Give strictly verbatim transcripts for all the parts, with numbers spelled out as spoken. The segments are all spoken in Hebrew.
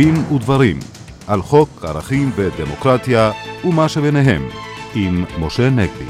דין ודברים על חוק ערכים ודמוקרטיה ומה שביניהם עם משה נגבי.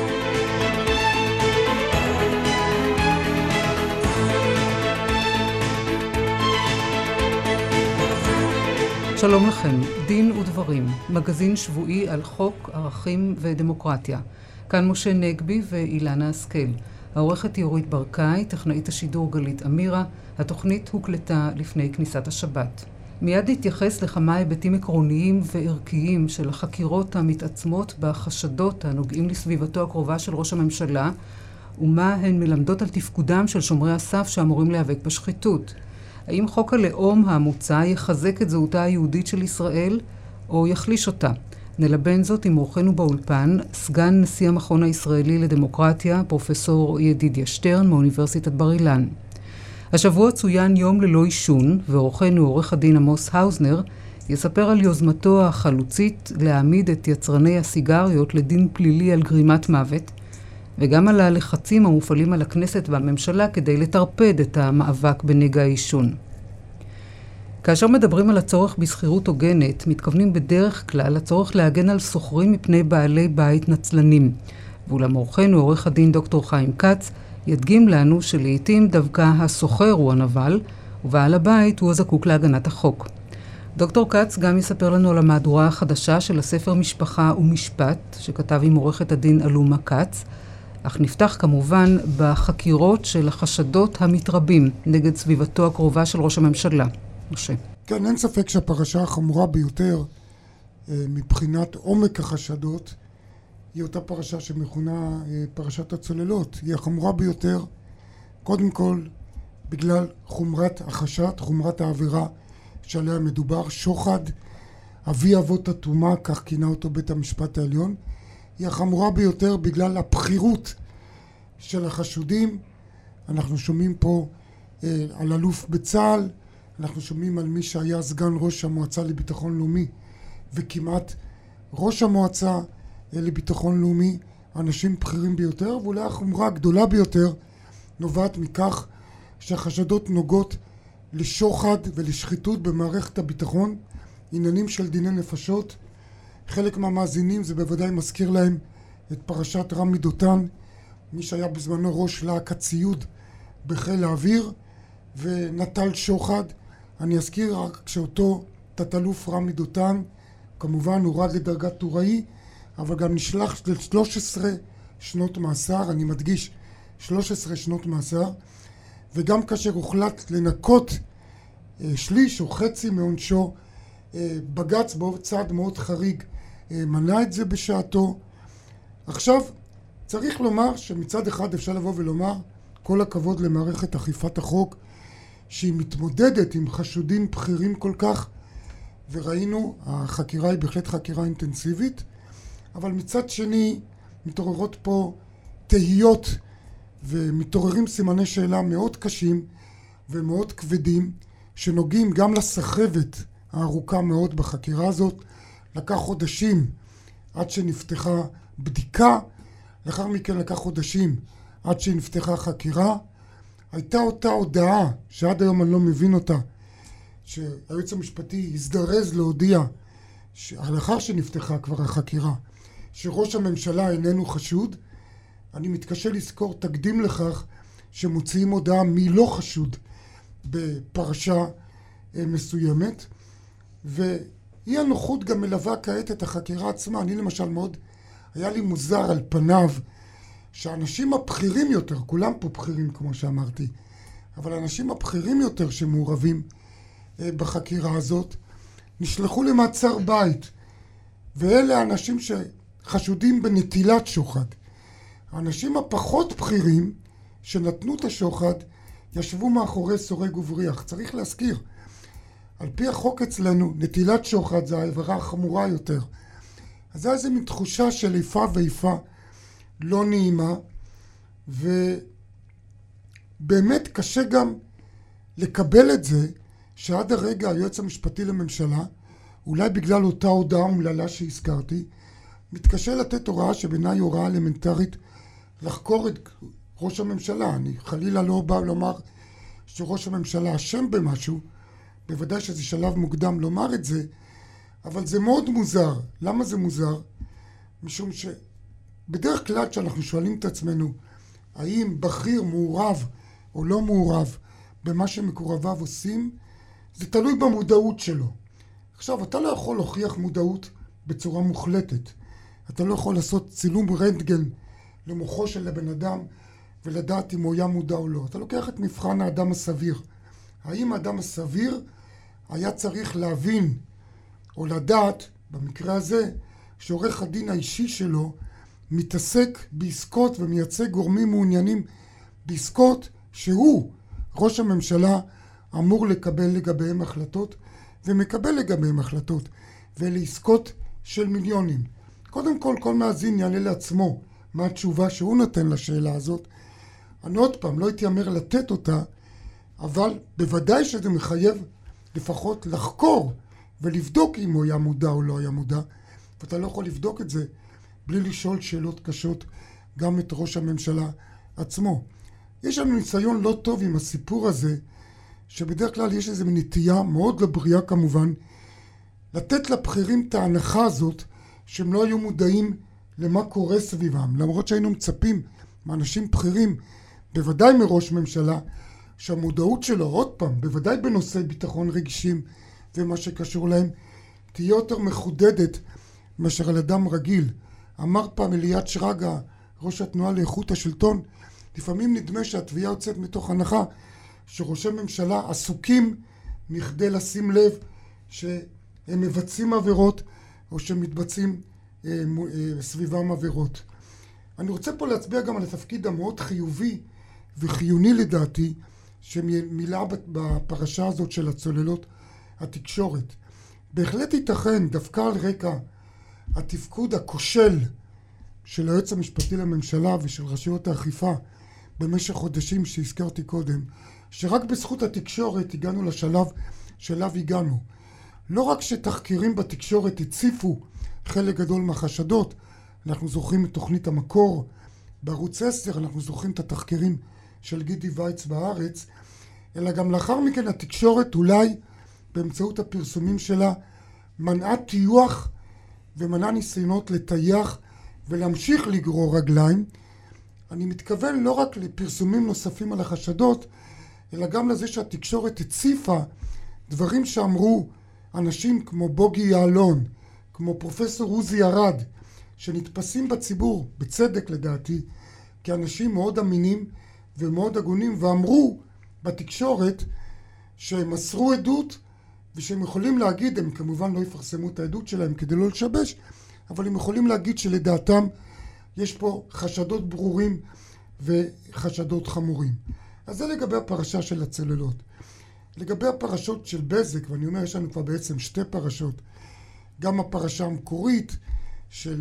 שלום לכם, דין ודברים, מגזין שבועי על חוק ערכים ודמוקרטיה. כאן משה נגבי ואילנה השכל. העורכת היא אורית ברקאי, טכנאית השידור גלית אמירה. התוכנית הוקלטה לפני כניסת השבת. מיד נתייחס לכמה היבטים עקרוניים וערכיים של החקירות המתעצמות בחשדות הנוגעים לסביבתו הקרובה של ראש הממשלה, ומה הן מלמדות על תפקודם של שומרי הסף שאמורים להיאבק בשחיתות. האם חוק הלאום המוצע יחזק את זהותה היהודית של ישראל או יחליש אותה? נלבן זאת עם אורחנו באולפן, סגן נשיא המכון הישראלי לדמוקרטיה, פרופסור ידידיה שטרן מאוניברסיטת בר אילן. השבוע צוין יום ללא עישון, ואורחנו עורך הדין עמוס האוזנר יספר על יוזמתו החלוצית להעמיד את יצרני הסיגריות לדין פלילי על גרימת מוות, וגם על הלחצים המופעלים על הכנסת והממשלה כדי לטרפד את המאבק בנגע העישון. כאשר מדברים על הצורך בסחירות הוגנת, מתכוונים בדרך כלל הצורך להגן על סוחרים מפני בעלי בית נצלנים. ואולם אורחנו, עורך הדין דוקטור חיים כץ, ידגים לנו שלעיתים דווקא הסוחר הוא הנבל, ובעל הבית הוא הזקוק להגנת החוק. דוקטור כץ גם יספר לנו על המהדורה החדשה של הספר משפחה ומשפט, שכתב עם עורכת הדין אלומה כץ, אך נפתח כמובן בחקירות של החשדות המתרבים נגד סביבתו הקרובה של ראש הממשלה. משה. כן, אין ספק שהפרשה החמורה ביותר מבחינת עומק החשדות היא אותה פרשה שמכונה פרשת הצוללות. היא החמורה ביותר קודם כל בגלל חומרת החשד, חומרת העבירה שעליה מדובר, שוחד, אבי אבות הטומאה, כך כינה אותו בית המשפט העליון. היא החמורה ביותר בגלל הבכירות של החשודים. אנחנו שומעים פה אה, על אלוף בצה"ל, אנחנו שומעים על מי שהיה סגן ראש המועצה לביטחון לאומי וכמעט ראש המועצה אה, לביטחון לאומי, אנשים בכירים ביותר, ואולי החומרה הגדולה ביותר נובעת מכך שהחשדות נוגעות לשוחד ולשחיתות במערכת הביטחון, עניינים של דיני נפשות. חלק מהמאזינים זה בוודאי מזכיר להם את פרשת רמי דותן, מי שהיה בזמנו ראש להק הציוד בחיל האוויר ונטל שוחד. אני אזכיר רק שאותו תת-אלוף רמי דותן כמובן הורד לדרגת טוראי, אבל גם נשלח ל-שלוש עשרה שנות מאסר, אני מדגיש שלוש עשרה שנות מאסר, וגם כאשר הוחלט לנקות אה, שליש או חצי מעונשו, אה, בג"ץ בצעד מאוד חריג אה, מנע את זה בשעתו. עכשיו צריך לומר שמצד אחד אפשר לבוא ולומר כל הכבוד למערכת אכיפת החוק שהיא מתמודדת עם חשודים בכירים כל כך, וראינו החקירה היא בהחלט חקירה אינטנסיבית, אבל מצד שני מתעוררות פה תהיות ומתעוררים סימני שאלה מאוד קשים ומאוד כבדים שנוגעים גם לסחבת הארוכה מאוד בחקירה הזאת. לקח חודשים עד שנפתחה בדיקה, לאחר מכן לקח חודשים עד שנפתחה חקירה. הייתה אותה הודעה שעד היום אני לא מבין אותה, שהיועץ המשפטי הזדרז להודיע לאחר שנפתחה כבר החקירה שראש הממשלה איננו חשוד. אני מתקשה לזכור תקדים לכך שמוציאים הודעה מי לא חשוד בפרשה מסוימת, והיא הנוחות גם מלווה כעת את החקירה עצמה. אני למשל מאוד, היה לי מוזר על פניו שהאנשים הבכירים יותר, כולם פה בכירים כמו שאמרתי, אבל האנשים הבכירים יותר שמעורבים בחקירה הזאת נשלחו למעצר בית, ואלה האנשים שחשודים בנטילת שוחד. האנשים הפחות בכירים שנתנו את השוחד ישבו מאחורי סורג ובריח. צריך להזכיר, על פי החוק אצלנו נטילת שוחד זה העבירה החמורה יותר. אז זה איזה מין תחושה של איפה ואיפה לא נעימה, ובאמת קשה גם לקבל את זה שעד הרגע היועץ המשפטי לממשלה, אולי בגלל אותה הודעה אומללה שהזכרתי, מתקשה לתת הוראה שבעיניי הוראה אלמנטרית לחקור את ראש הממשלה. אני חלילה לא בא לומר שראש הממשלה אשם במשהו, בוודאי שזה שלב מוקדם לומר את זה, אבל זה מאוד מוזר. למה זה מוזר? משום שבדרך כלל כשאנחנו שואלים את עצמנו, האם בכיר מעורב או לא מעורב במה שמקורביו עושים, זה תלוי במודעות שלו. עכשיו, אתה לא יכול להוכיח מודעות בצורה מוחלטת. אתה לא יכול לעשות צילום רנטגן למוחו של הבן אדם ולדעת אם הוא היה מודע או לא. אתה לוקח את מבחן האדם הסביר. האם האדם הסביר היה צריך להבין או לדעת, במקרה הזה, שעורך הדין האישי שלו מתעסק בעסקות ומייצג גורמים מעוניינים בעסקות שהוא, ראש הממשלה, אמור לקבל לגביהם החלטות ומקבל לגביהם החלטות, ואלה עסקות של מיליונים. קודם כל, כל מאזין יעלה לעצמו מה התשובה שהוא נותן לשאלה הזאת. אני עוד פעם לא התיימר לתת אותה, אבל בוודאי שזה מחייב לפחות לחקור ולבדוק אם הוא היה מודע או לא היה מודע, ואתה לא יכול לבדוק את זה בלי לשאול שאלות קשות גם את ראש הממשלה עצמו. יש לנו ניסיון לא טוב עם הסיפור הזה, שבדרך כלל יש איזו נטייה מאוד לא בריאה כמובן, לתת לבכירים את ההנחה הזאת שהם לא היו מודעים למה קורה סביבם, למרות שהיינו מצפים מאנשים בכירים, בוודאי מראש ממשלה, שהמודעות שלו, עוד פעם, בוודאי בנושא ביטחון רגשים ומה שקשור להם, תהיה יותר מחודדת מאשר על אדם רגיל. אמר פעם אליעד שרגא, ראש התנועה לאיכות השלטון, לפעמים נדמה שהתביעה יוצאת מתוך הנחה שראשי ממשלה עסוקים מכדי לשים לב שהם מבצעים עבירות או שמתבצעים אה, אה, סביבם עבירות. אני רוצה פה להצביע גם על התפקיד המאוד חיובי וחיוני לדעתי שמילא בפרשה הזאת של הצוללות התקשורת. בהחלט ייתכן דווקא על רקע התפקוד הכושל של היועץ המשפטי לממשלה ושל רשויות האכיפה במשך חודשים שהזכרתי קודם, שרק בזכות התקשורת הגענו לשלב שאליו הגענו. לא רק שתחקירים בתקשורת הציפו חלק גדול מהחשדות, אנחנו זוכרים את תוכנית המקור בערוץ עשר, אנחנו זוכרים את התחקירים של גידי וייץ בארץ, אלא גם לאחר מכן התקשורת אולי באמצעות הפרסומים שלה מנעה טיוח ומנעה ניסיונות לטייח ולהמשיך לגרור רגליים. אני מתכוון לא רק לפרסומים נוספים על החשדות, אלא גם לזה שהתקשורת הציפה דברים שאמרו אנשים כמו בוגי יעלון, כמו פרופסור עוזי ארד, שנתפסים בציבור, בצדק לדעתי, כאנשים מאוד אמינים ומאוד הגונים, ואמרו בתקשורת שהם מסרו עדות ושהם יכולים להגיד, הם כמובן לא יפרסמו את העדות שלהם כדי לא לשבש, אבל הם יכולים להגיד שלדעתם יש פה חשדות ברורים וחשדות חמורים. אז זה לגבי הפרשה של הצוללות. לגבי הפרשות של בזק, ואני אומר יש לנו כבר בעצם שתי פרשות, גם הפרשה המקורית של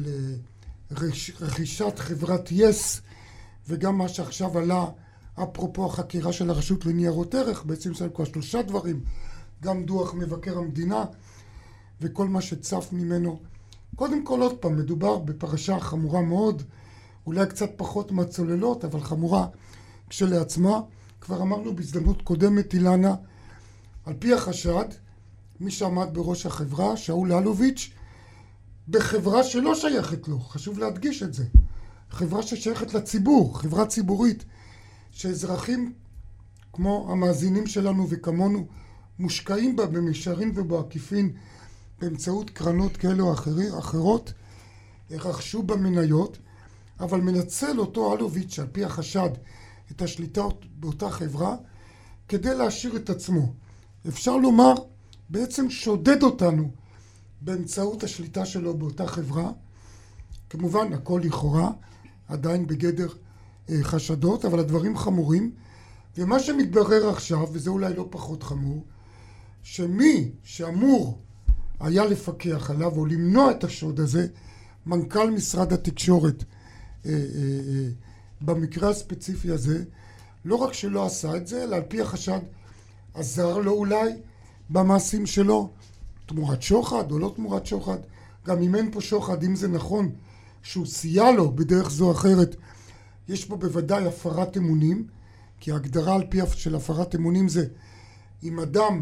רכישת חברת יס, וגם מה שעכשיו עלה אפרופו החקירה של הרשות לניירות ערך, בעצם יש לנו כבר שלושה דברים, גם דוח מבקר המדינה וכל מה שצף ממנו. קודם כל עוד פעם, מדובר בפרשה חמורה מאוד, אולי קצת פחות מהצוללות, אבל חמורה כשלעצמה. כבר אמרנו בהזדמנות קודמת, אילנה, על פי החשד, מי שעמד בראש החברה, שאול אלוביץ', בחברה שלא שייכת לו, חשוב להדגיש את זה, חברה ששייכת לציבור, חברה ציבורית, שאזרחים כמו המאזינים שלנו וכמונו מושקעים בה במישרין ובעקיפין באמצעות קרנות כאלה או אחרות, רכשו במניות, אבל מנצל אותו אלוביץ' על פי החשד את השליטה באותה חברה כדי להשאיר את עצמו. אפשר לומר, בעצם שודד אותנו באמצעות השליטה שלו באותה חברה. כמובן, הכל לכאורה, עדיין בגדר אה, חשדות, אבל הדברים חמורים. ומה שמתברר עכשיו, וזה אולי לא פחות חמור, שמי שאמור היה לפקח עליו או למנוע את השוד הזה, מנכ"ל משרד התקשורת, אה, אה, אה, במקרה הספציפי הזה, לא רק שלא עשה את זה, אלא על פי החשד עזר לו אולי במעשים שלו, תמורת שוחד או לא תמורת שוחד, גם אם אין פה שוחד, אם זה נכון שהוא סייע לו בדרך זו או אחרת, יש פה בוודאי הפרת אמונים, כי ההגדרה על פי של הפרת אמונים זה אם אדם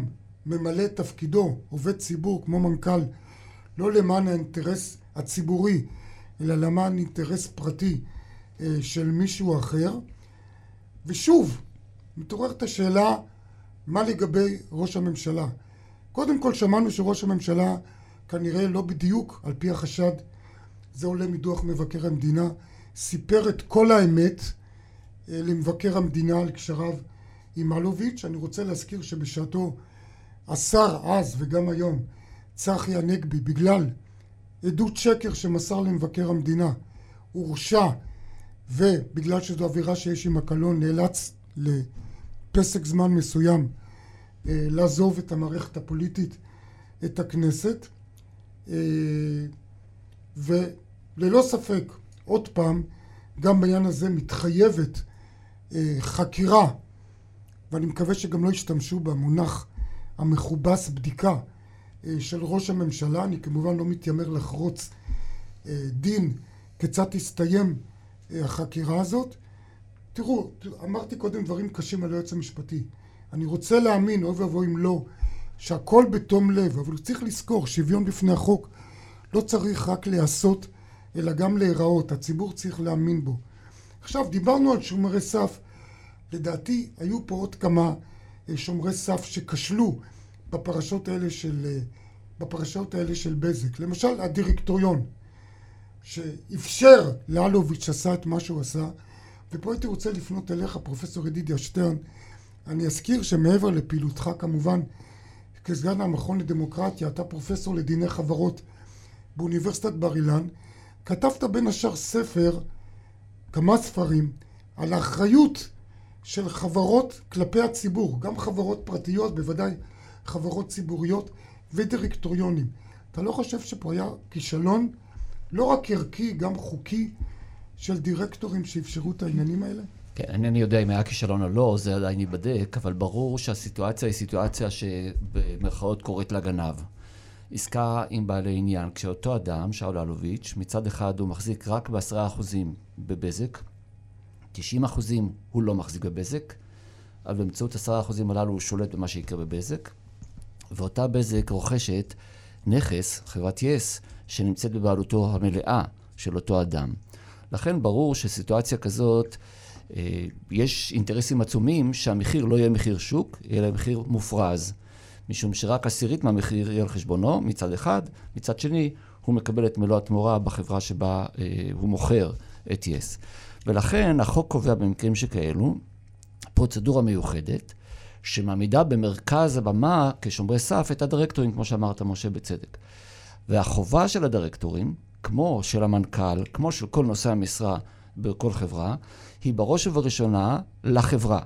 ממלא תפקידו, עובד ציבור כמו מנכ"ל, לא למען האינטרס הציבורי, אלא למען אינטרס פרטי אה, של מישהו אחר. ושוב, מתעוררת השאלה, מה לגבי ראש הממשלה? קודם כל שמענו שראש הממשלה כנראה לא בדיוק, על פי החשד, זה עולה מדוח מבקר המדינה, סיפר את כל האמת אה, למבקר המדינה על קשריו עם אלוביץ'. אני רוצה להזכיר שבשעתו השר אז וגם היום, צחי הנגבי, בגלל עדות שקר שמסר למבקר המדינה, הורשע, ובגלל שזו עבירה שיש עם הקלון, נאלץ לפסק זמן מסוים אה, לעזוב את המערכת הפוליטית, את הכנסת, אה, וללא ספק, עוד פעם, גם בעניין הזה מתחייבת אה, חקירה, ואני מקווה שגם לא ישתמשו במונח המכובס בדיקה אה, של ראש הממשלה. אני כמובן לא מתיימר לחרוץ אה, דין כיצד תסתיים אה, החקירה הזאת. תראו, אמרתי קודם דברים קשים על היועץ המשפטי. אני רוצה להאמין, אוי ואבוי אם לא, שהכל בתום לב, אבל צריך לזכור, שוויון בפני החוק לא צריך רק לעשות, אלא גם להיראות. הציבור צריך להאמין בו. עכשיו, דיברנו על שומרי סף. לדעתי, היו פה עוד כמה שומרי סף שכשלו בפרשות האלה של, בפרשות האלה של בזק. למשל, הדירקטוריון, שאפשר לאלוביץ' עשה את מה שהוא עשה, ופה הייתי רוצה לפנות אליך, פרופסור ידידיה שטרן. אני אזכיר שמעבר לפעילותך, כמובן, כסגן המכון לדמוקרטיה, אתה פרופסור לדיני חברות באוניברסיטת בר אילן, כתבת בין השאר ספר, כמה ספרים, על האחריות של חברות כלפי הציבור, גם חברות פרטיות, בוודאי חברות ציבוריות ודירקטוריונים. אתה לא חושב שפה היה כישלון, לא רק ערכי, גם חוקי, של דירקטורים שאפשרו את העניינים האלה? כן, אינני יודע אם היה כישלון או לא, זה עדיין ייבדק, אבל ברור שהסיטואציה היא סיטואציה שבמרכאות קוראת לגנב. עסקה עם בעלי עניין, כשאותו אדם, שאול אלוביץ', מצד אחד הוא מחזיק רק בעשרה אחוזים בבזק, תשעים אחוזים הוא לא מחזיק בבזק, אבל באמצעות עשרה אחוזים הללו הוא שולט במה שיקרה בבזק, ואותה בזק רוכשת נכס, חברת יס, שנמצאת בבעלותו המלאה של אותו אדם. לכן ברור שסיטואציה כזאת, אה, יש אינטרסים עצומים שהמחיר לא יהיה מחיר שוק, אלא מחיר מופרז, משום שרק עשירית מהמחיר יהיה על חשבונו מצד אחד, מצד שני הוא מקבל את מלוא התמורה בחברה שבה אה, הוא מוכר את יס. ולכן החוק קובע במקרים שכאלו פרוצדורה מיוחדת שמעמידה במרכז הבמה כשומרי סף את הדירקטורים, כמו שאמרת משה בצדק. והחובה של הדירקטורים, כמו של המנכ"ל, כמו של כל נושא המשרה בכל חברה, היא בראש ובראשונה לחברה.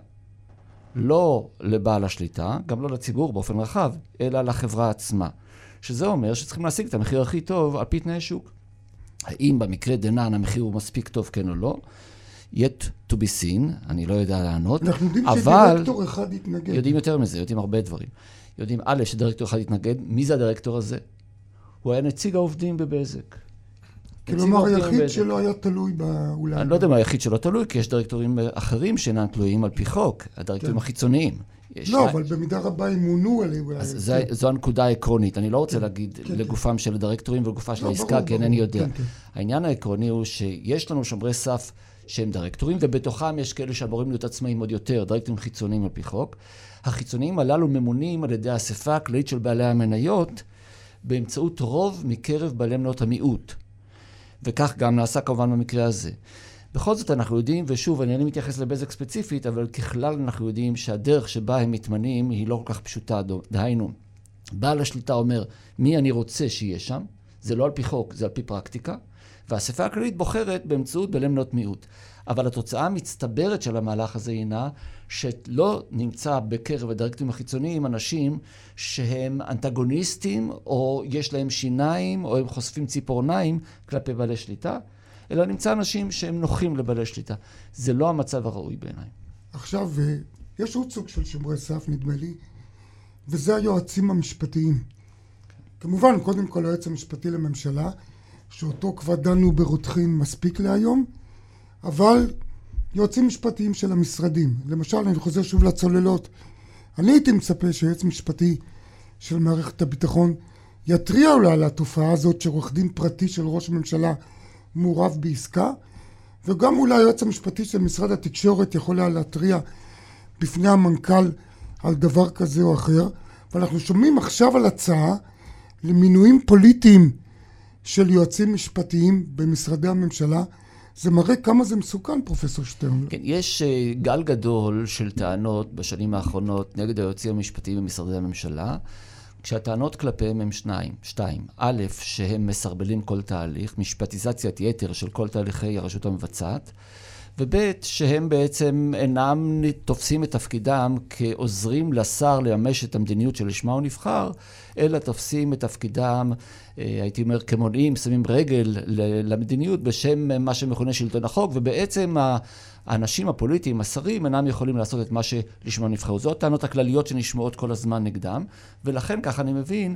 לא לבעל השליטה, גם לא לציבור באופן רחב, אלא לחברה עצמה. שזה אומר שצריכים להשיג את המחיר הכי טוב על פי תנאי שוק. האם במקרה דנן המחיר הוא מספיק טוב כן או לא? yet to be seen, אני לא יודע לענות. אנחנו יודעים אבל שדירקטור אחד יתנגד. יודעים יותר מזה, יודעים הרבה דברים. יודעים א' שדירקטור אחד יתנגד, מי זה הדירקטור הזה? הוא היה נציג העובדים בבזק. כלומר, היחיד שלו היה תלוי באולי. אני לא יודע מה היחיד שלו תלוי, כי יש דירקטורים אחרים שאינם תלויים על פי חוק, הדירקטורים החיצוניים. לא, אבל במידה רבה הם מונו עליהם. אז זו הנקודה העקרונית. אני לא רוצה להגיד לגופם של הדירקטורים ולגופה של העסקה, כי אינני יודע. העניין העקרוני הוא שיש לנו שומרי סף שהם דירקטורים, ובתוכם יש כאלה שאמורים להיות עצמאים עוד יותר, דירקטורים חיצוניים על פי חוק. החיצוניים הללו ממונים על ידי האספה הכללית של בעלי המניות, באמצעות רוב מקרב בעלי מניות המיעוט. וכך גם נעשה כמובן במקרה הזה. בכל זאת אנחנו יודעים, ושוב, אני לא מתייחס לבזק ספציפית, אבל ככלל אנחנו יודעים שהדרך שבה הם מתמנים היא לא כל כך פשוטה. דהיינו, בעל השליטה אומר, מי אני רוצה שיהיה שם? זה לא על פי חוק, זה על פי פרקטיקה. והאספה הכללית בוחרת באמצעות בעלי מניות מיעוט. אבל התוצאה המצטברת של המהלך הזה הינה שלא נמצא בקרב הדירקטורים החיצוניים אנשים שהם אנטגוניסטים או יש להם שיניים או הם חושפים ציפורניים כלפי בעלי שליטה, אלא נמצא אנשים שהם נוחים לבעלי שליטה. זה לא המצב הראוי בעיניי. עכשיו, יש עוד סוג של שומרי סף, נדמה לי, וזה היועצים המשפטיים. כמובן, קודם כל היועץ המשפטי לממשלה, שאותו כבר דנו ברותחין מספיק להיום, אבל יועצים משפטיים של המשרדים. למשל, אני חוזר שוב לצוללות. אני הייתי מצפה שיועץ משפטי של מערכת הביטחון יתריע אולי על התופעה הזאת שעורך דין פרטי של ראש הממשלה מעורב בעסקה, וגם אולי היועץ המשפטי של משרד התקשורת יכול היה להתריע בפני המנכ"ל על דבר כזה או אחר. ואנחנו שומעים עכשיו על הצעה למינויים פוליטיים של יועצים משפטיים במשרדי הממשלה. זה מראה כמה זה מסוכן, פרופסור שטרן. כן, יש uh, גל גדול של טענות בשנים האחרונות נגד היועצים המשפטיים במשרדי הממשלה, כשהטענות כלפיהם הם שניים. שתיים, א', שהם מסרבלים כל תהליך, משפטיזציית יתר של כל תהליכי הרשות המבצעת, וב' שהם בעצם אינם תופסים את תפקידם כעוזרים לשר לממש את המדיניות שלשמה הוא נבחר, אלא תופסים את תפקידם, הייתי אומר, כמונעים, שמים רגל למדיניות בשם מה שמכונה שלטון החוק, ובעצם האנשים הפוליטיים, השרים, אינם יכולים לעשות את מה שלשמה נבחרו. זאת הטענות הכלליות שנשמעות כל הזמן נגדם, ולכן כך אני מבין,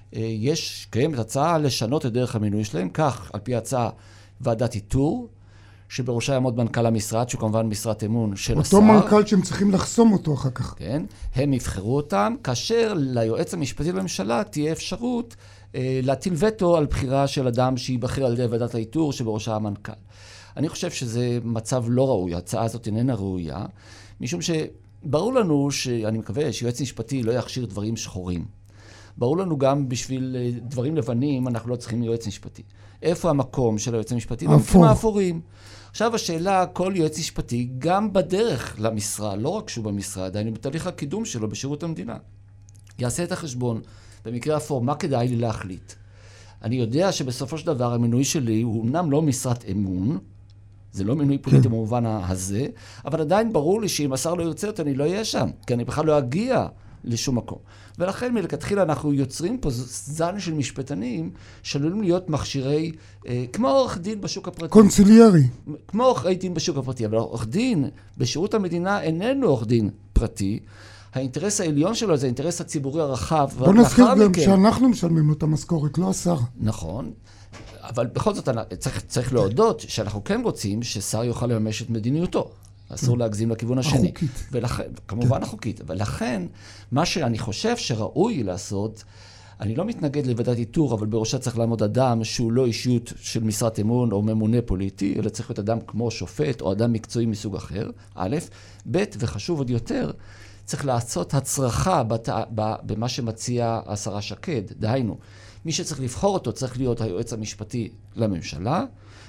יש קיימת הצעה לשנות את דרך המינוי שלהם, כך על פי הצעה ועדת איתור, שבראשה יעמוד מנכ"ל המשרד, שהוא כמובן משרת אמון של השר. אותו מנכ"ל שהם צריכים לחסום אותו אחר כך. כן, הם יבחרו אותם, כאשר ליועץ המשפטי לממשלה תהיה אפשרות אה, להטיל וטו על בחירה של אדם שיבחר על ידי ועדת האיתור, שבראשה המנכ"ל. אני חושב שזה מצב לא ראוי, ההצעה הזאת איננה ראויה, משום שברור לנו, שאני מקווה, שיועץ משפטי לא יכשיר דברים שחורים. ברור לנו גם בשביל דברים לבנים, אנחנו לא צריכים יועץ משפטי. איפה המקום של היועץ המשפטי? במקרים האפורים. עכשיו השאלה, כל יועץ משפטי, גם בדרך למשרד, לא רק שהוא במשרד, היינו בתהליך הקידום שלו בשירות המדינה, יעשה את החשבון, במקרה אפור, מה כדאי לי להחליט? אני יודע שבסופו של דבר המינוי שלי הוא אמנם לא משרת אמון, זה לא מינוי פוליטי במובן הזה, אבל עדיין ברור לי שאם השר לא ירצה אותי, אני לא אהיה שם, כי אני בכלל לא אגיע לשום מקום. ולכן מלכתחילה אנחנו יוצרים פה זן של משפטנים שעלולים להיות מכשירי, אה, כמו עורך דין בשוק הפרטי. קונסיליארי. כמו עורך דין בשוק הפרטי, אבל עורך דין בשירות המדינה איננו עורך דין פרטי. האינטרס העליון שלו זה האינטרס הציבורי הרחב. בוא נזכיר גם שאנחנו משלמים לו את המשכורת, לא השר. נכון. אבל בכל זאת צריך, צריך להודות שאנחנו כן רוצים ששר יוכל לממש את מדיניותו. אסור להגזים לכיוון השני. החוקית. ולכן, כמובן החוקית. ולכן, מה שאני חושב שראוי לעשות, אני לא מתנגד לוועדת איתור, אבל בראשה צריך לעמוד אדם שהוא לא אישיות של משרת אמון או ממונה פוליטי, אלא צריך להיות אדם כמו שופט או אדם מקצועי מסוג אחר, א', ב', וחשוב עוד יותר, צריך לעשות הצרחה בת... במה שמציע השרה שקד. דהיינו, מי שצריך לבחור אותו צריך להיות היועץ המשפטי לממשלה,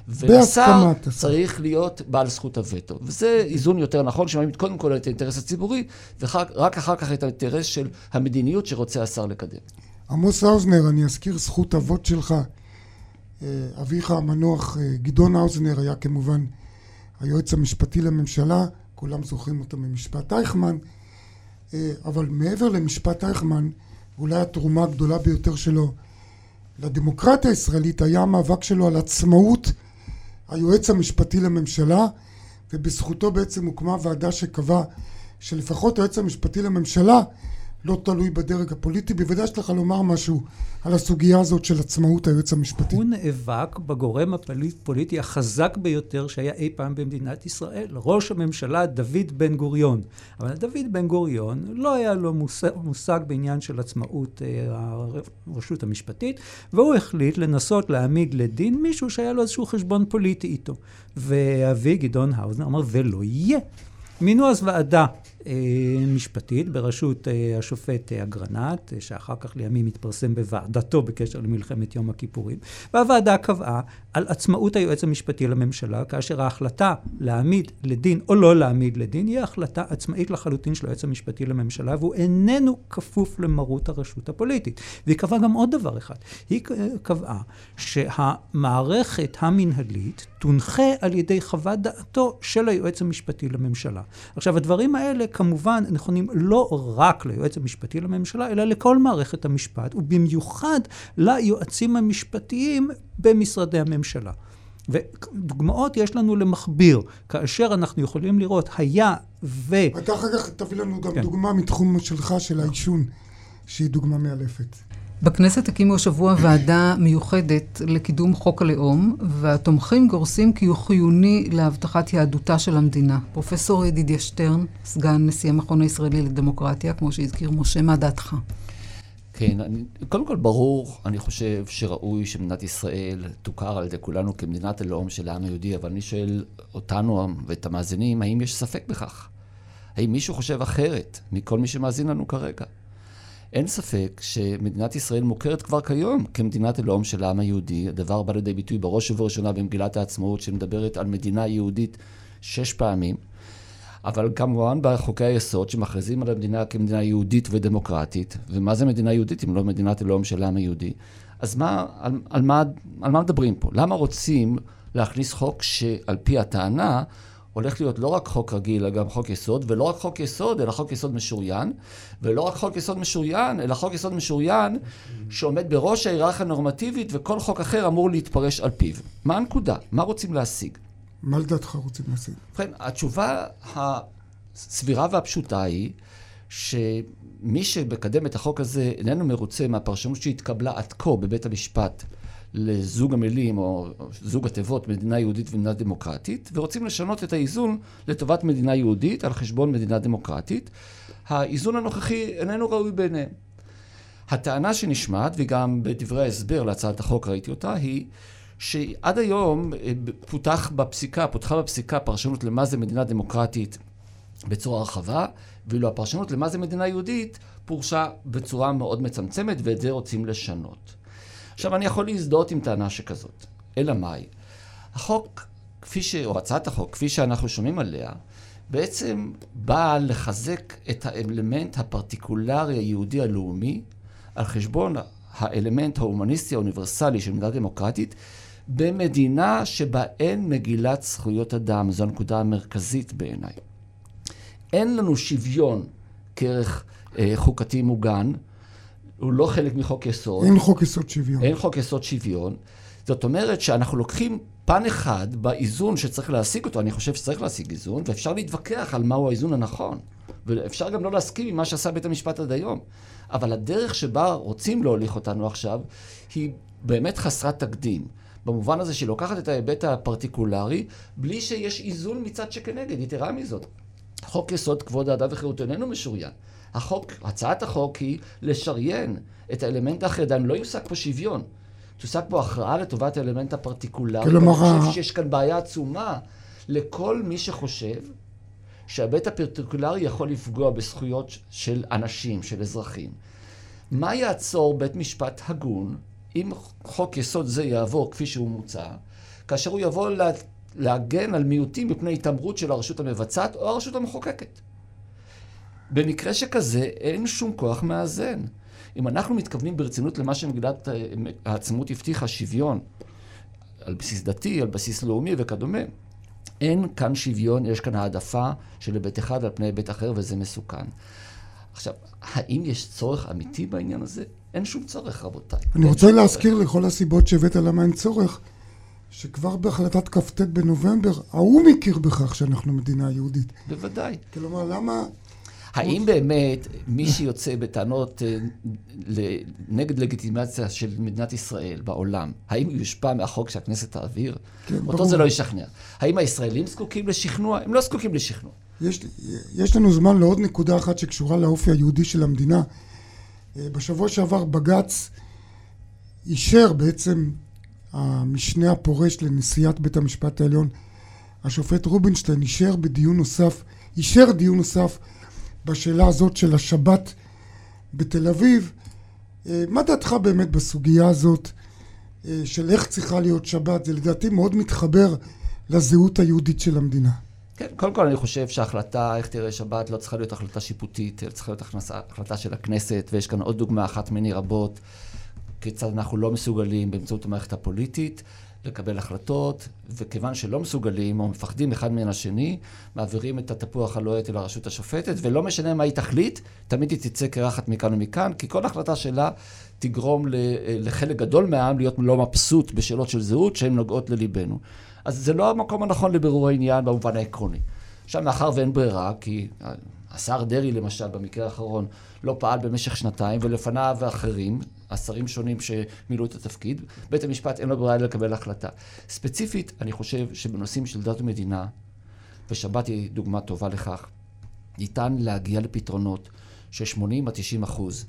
ולשר צריך להיות בעל זכות הווטו. וזה איזון יותר נכון, שמעמיד קודם כל את האינטרס הציבורי, ורק אחר כך את האינטרס של המדיניות שרוצה השר לקדם. עמוס האוזנר, אני אזכיר זכות אבות שלך. אביך המנוח גדעון האוזנר היה כמובן היועץ המשפטי לממשלה, כולם זוכרים אותו ממשפט אייכמן, אבל מעבר למשפט אייכמן, אולי התרומה הגדולה ביותר שלו לדמוקרטיה הישראלית היה המאבק שלו על עצמאות היועץ המשפטי לממשלה, ובזכותו בעצם הוקמה ועדה שקבעה שלפחות היועץ המשפטי לממשלה לא תלוי בדרג הפוליטי. בוודאי יש לך לומר משהו על הסוגיה הזאת של עצמאות היועץ המשפטי. הוא נאבק בגורם הפוליטי החזק ביותר שהיה אי פעם במדינת ישראל, ראש הממשלה דוד בן גוריון. אבל דוד בן גוריון לא היה לו מושג, מושג בעניין של עצמאות הרשות המשפטית, והוא החליט לנסות להעמיד לדין מישהו שהיה לו איזשהו חשבון פוליטי איתו. ואבי גדעון האוזנר אמר, ולא יהיה. מינו אז ועדה משפטית בראשות השופט אגרנט, שאחר כך לימים התפרסם בוועדתו בקשר למלחמת יום הכיפורים, והוועדה קבעה על עצמאות היועץ המשפטי לממשלה, כאשר ההחלטה להעמיד לדין או לא להעמיד לדין, היא החלטה עצמאית לחלוטין של היועץ המשפטי לממשלה, והוא איננו כפוף למרות הרשות הפוליטית. והיא קבעה גם עוד דבר אחד, היא קבעה שהמערכת המנהלית תונחה על ידי חוות דעתו של היועץ המשפטי לממשלה. עכשיו, הדברים האלה כמובן נכונים לא רק ליועץ המשפטי לממשלה, אלא לכל מערכת המשפט, ובמיוחד ליועצים המשפטיים במשרדי הממשלה. ודוגמאות יש לנו למכביר, כאשר אנחנו יכולים לראות היה ו... אתה אחר כך תביא לנו גם כן. דוגמה מתחום שלך של העישון, שהיא דוגמה מאלפת. בכנסת הקימו השבוע ועדה מיוחדת לקידום חוק הלאום, והתומכים גורסים כי הוא חיוני להבטחת יהדותה של המדינה. פרופסור ידידיה שטרן, סגן נשיא המכון הישראלי לדמוקרטיה, כמו שהזכיר משה, מה דעתך? כן, אני, קודם כל ברור, אני חושב שראוי שמדינת ישראל תוכר על ידי כולנו כמדינת הלאום של העם היהודי, אבל אני שואל אותנו ואת המאזינים, האם יש ספק בכך? האם מישהו חושב אחרת מכל מי שמאזין לנו כרגע? אין ספק שמדינת ישראל מוכרת כבר כיום כמדינת הלאום של העם היהודי. הדבר בא לידי ביטוי בראש ובראשונה במגילת העצמאות, שמדברת על מדינה יהודית שש פעמים, אבל כמובן בחוקי היסוד שמכריזים על המדינה כמדינה יהודית ודמוקרטית. ומה זה מדינה יהודית אם לא מדינת הלאום של העם היהודי? אז מה, על, על, מה, על מה מדברים פה? למה רוצים להכניס חוק שעל פי הטענה הולך להיות לא רק חוק רגיל, אלא גם חוק יסוד, ולא רק חוק יסוד, אלא חוק יסוד משוריין, ולא רק חוק יסוד משוריין, אלא חוק יסוד משוריין שעומד בראש ההיררכיה הנורמטיבית, וכל חוק אחר אמור להתפרש על פיו. מה הנקודה? מה רוצים להשיג? מה לדעתך רוצים להשיג? ובכן, התשובה הסבירה והפשוטה היא שמי שמקדם את החוק הזה איננו מרוצה מהפרשנות שהתקבלה עד כה בבית המשפט לזוג המילים או זוג התיבות מדינה יהודית ומדינה דמוקרטית, ורוצים לשנות את האיזון לטובת מדינה יהודית על חשבון מדינה דמוקרטית. האיזון הנוכחי איננו ראוי בעיניהם. הטענה שנשמעת, וגם בדברי ההסבר להצעת החוק ראיתי אותה, היא שעד היום פותח בפסיקה, פותחה בפסיקה פרשנות למה זה מדינה דמוקרטית בצורה רחבה, ואילו הפרשנות למה זה מדינה יהודית פורשה בצורה מאוד מצמצמת, ואת זה רוצים לשנות. עכשיו, אני יכול להזדהות עם טענה שכזאת. אלא מאי? החוק, כפי ש... או הצעת החוק, כפי שאנחנו שומעים עליה, בעצם באה לחזק את האלמנט הפרטיקולרי היהודי הלאומי, על חשבון האלמנט ההומניסטי האוניברסלי של מדינה דמוקרטית, במדינה שבה אין מגילת זכויות אדם. זו הנקודה המרכזית בעיניי. אין לנו שוויון כערך אה, חוקתי מוגן, הוא לא חלק מחוק יסוד. אין חוק יסוד שוויון. אין חוק יסוד שוויון. זאת אומרת שאנחנו לוקחים פן אחד באיזון שצריך להשיג אותו. אני חושב שצריך להשיג איזון, ואפשר להתווכח על מהו האיזון הנכון. ואפשר גם לא להסכים עם מה שעשה בית המשפט עד היום. אבל הדרך שבה רוצים להוליך אותנו עכשיו, היא באמת חסרת תקדים. במובן הזה שהיא לוקחת את ההיבט הפרטיקולרי, בלי שיש איזון מצד שכנגד. יתרה מזאת, חוק יסוד כבוד האדם וחירותו איננו משוריין. החוק, הצעת החוק היא לשריין את האלמנט האחר, עדיין לא יושג פה שוויון. תושג פה הכרעה לטובת האלמנט הפרטיקולרי. כלומר, אני חושב שיש כאן בעיה עצומה לכל מי שחושב שההיבט הפרטיקולרי יכול לפגוע בזכויות של אנשים, של אזרחים. מה יעצור בית משפט הגון אם חוק יסוד זה יעבור כפי שהוא מוצע, כאשר הוא יבוא לה, להגן על מיעוטים מפני התעמרות של הרשות המבצעת או הרשות המחוקקת? במקרה שכזה אין שום כוח מאזן. אם אנחנו מתכוונים ברצינות למה שמגילת העצמאות הבטיחה, שוויון, על בסיס דתי, על בסיס לאומי וכדומה, אין כאן שוויון, יש כאן העדפה של היבט אחד על פני היבט אחר, וזה מסוכן. עכשיו, האם יש צורך אמיתי בעניין הזה? אין שום צורך, רבותיי. אני רוצה להזכיר לכל הסיבות שהבאת למה אין צורך, שכבר בהחלטת כ"ט בנובמבר, האו"ם הכיר בכך שאנחנו מדינה יהודית. בוודאי. כלומר, למה... האם באמת מי שיוצא בטענות נגד לגיטימציה של מדינת ישראל בעולם, האם הוא יושפע מהחוק שהכנסת תעביר? אותו זה לא ישכנע. האם הישראלים זקוקים לשכנוע? הם לא זקוקים לשכנוע. יש, יש לנו זמן לעוד נקודה אחת שקשורה לאופי היהודי של המדינה. בשבוע שעבר בג"ץ אישר בעצם המשנה הפורש לנשיאת בית המשפט העליון, השופט רובינשטיין, אישר בדיון נוסף, אישר דיון נוסף בשאלה הזאת של השבת בתל אביב. מה דעתך באמת בסוגיה הזאת של איך צריכה להיות שבת? זה לדעתי מאוד מתחבר לזהות היהודית של המדינה. כן, קודם כל אני חושב שההחלטה איך תראה שבת לא צריכה להיות החלטה שיפוטית, אלא צריכה להיות הכנסה, החלטה של הכנסת, ויש כאן עוד דוגמה אחת מני רבות, כיצד אנחנו לא מסוגלים באמצעות המערכת הפוליטית לקבל החלטות, וכיוון שלא מסוגלים או מפחדים אחד מן השני, מעבירים את התפוח הלוהט אל הרשות השופטת, ולא משנה מה היא תחליט, תמיד היא תצא קרחת מכאן ומכאן, כי כל החלטה שלה תגרום לחלק גדול מהעם להיות לא מבסוט בשאלות של זהות שהן נוגעות לליבנו. אז זה לא המקום הנכון לבירור העניין במובן העקרוני. עכשיו, מאחר ואין ברירה, כי השר דרעי למשל במקרה האחרון לא פעל במשך שנתיים, ולפניו ואחרים, השרים שונים שמילאו את התפקיד, בית המשפט אין לו ברירה לקבל החלטה. ספציפית, אני חושב שבנושאים של דת ומדינה, ושבת היא דוגמה טובה לכך, ניתן להגיע לפתרונות ש-שמונים עד תשעים אחוז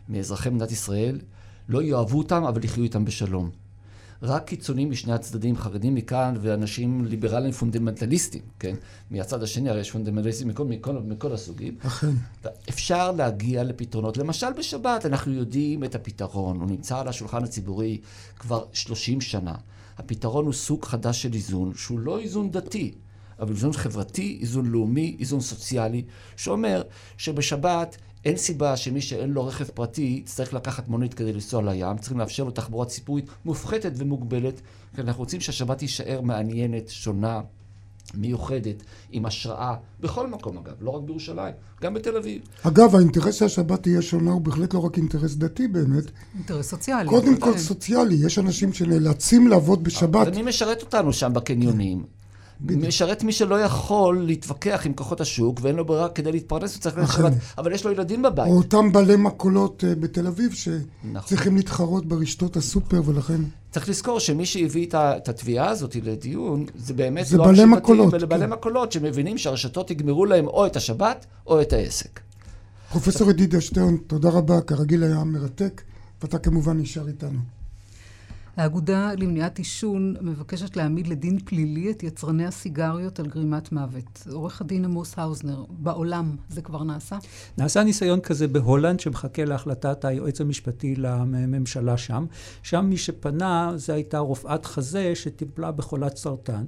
מאזרחי מדינת ישראל, לא יאהבו אותם, אבל יחיו איתם בשלום. רק קיצונים משני הצדדים, חרדים מכאן, ואנשים ליברליים פונדמנטליסטים, כן? מהצד השני, הרי יש פונדמנטליסטים מכל, מכל, מכל הסוגים. אכן. אפשר להגיע לפתרונות. למשל בשבת, אנחנו יודעים את הפתרון. הוא נמצא על השולחן הציבורי כבר שלושים שנה. הפתרון הוא סוג חדש של איזון, שהוא לא איזון דתי, אבל איזון חברתי, איזון לאומי, איזון סוציאלי, שאומר שבשבת אין סיבה שמי שאין לו רכב פרטי צריך לקחת מונית כדי לנסוע לים, צריכים לאפשר לו תחבורה ציבורית מופחתת ומוגבלת, כי אנחנו רוצים שהשבת יישאר מעניינת, שונה, מיוחדת, עם השראה, בכל מקום אגב, לא רק בירושלים, גם בתל אביב. אגב, האינטרס שהשבת תהיה שונה הוא בהחלט לא רק אינטרס דתי באמת. אינטרס סוציאלי. קודם כל סוציאלי, יש אנשים שנאלצים לעבוד בשבת. ומי משרת אותנו שם בקניונים? משרת מי שלא יכול להתווכח עם כוחות השוק, ואין לו ברירה כדי להתפרנס, הוא צריך לשבת, אבל יש לו ילדים בבית. או אותם בעלי מכולות בתל אביב, שצריכים להתחרות ברשתות הסופר, ולכן... צריך לזכור שמי שהביא את התביעה הזאת לדיון, זה באמת זה לא בעלי מכולות. זה בעלי מכולות, שמבינים שהרשתות יגמרו להם או את השבת, או את העסק. פרופסור ידידיה שטרן, תודה רבה, כרגיל היה מרתק, ואתה כמובן נשאר איתנו. האגודה למניעת עישון מבקשת להעמיד לדין פלילי את יצרני הסיגריות על גרימת מוות. עורך הדין עמוס האוזנר, בעולם זה כבר נעשה? נעשה ניסיון כזה בהולנד שמחכה להחלטת היועץ המשפטי לממשלה שם. שם מי שפנה זה הייתה רופאת חזה שטיפלה בחולת סרטן.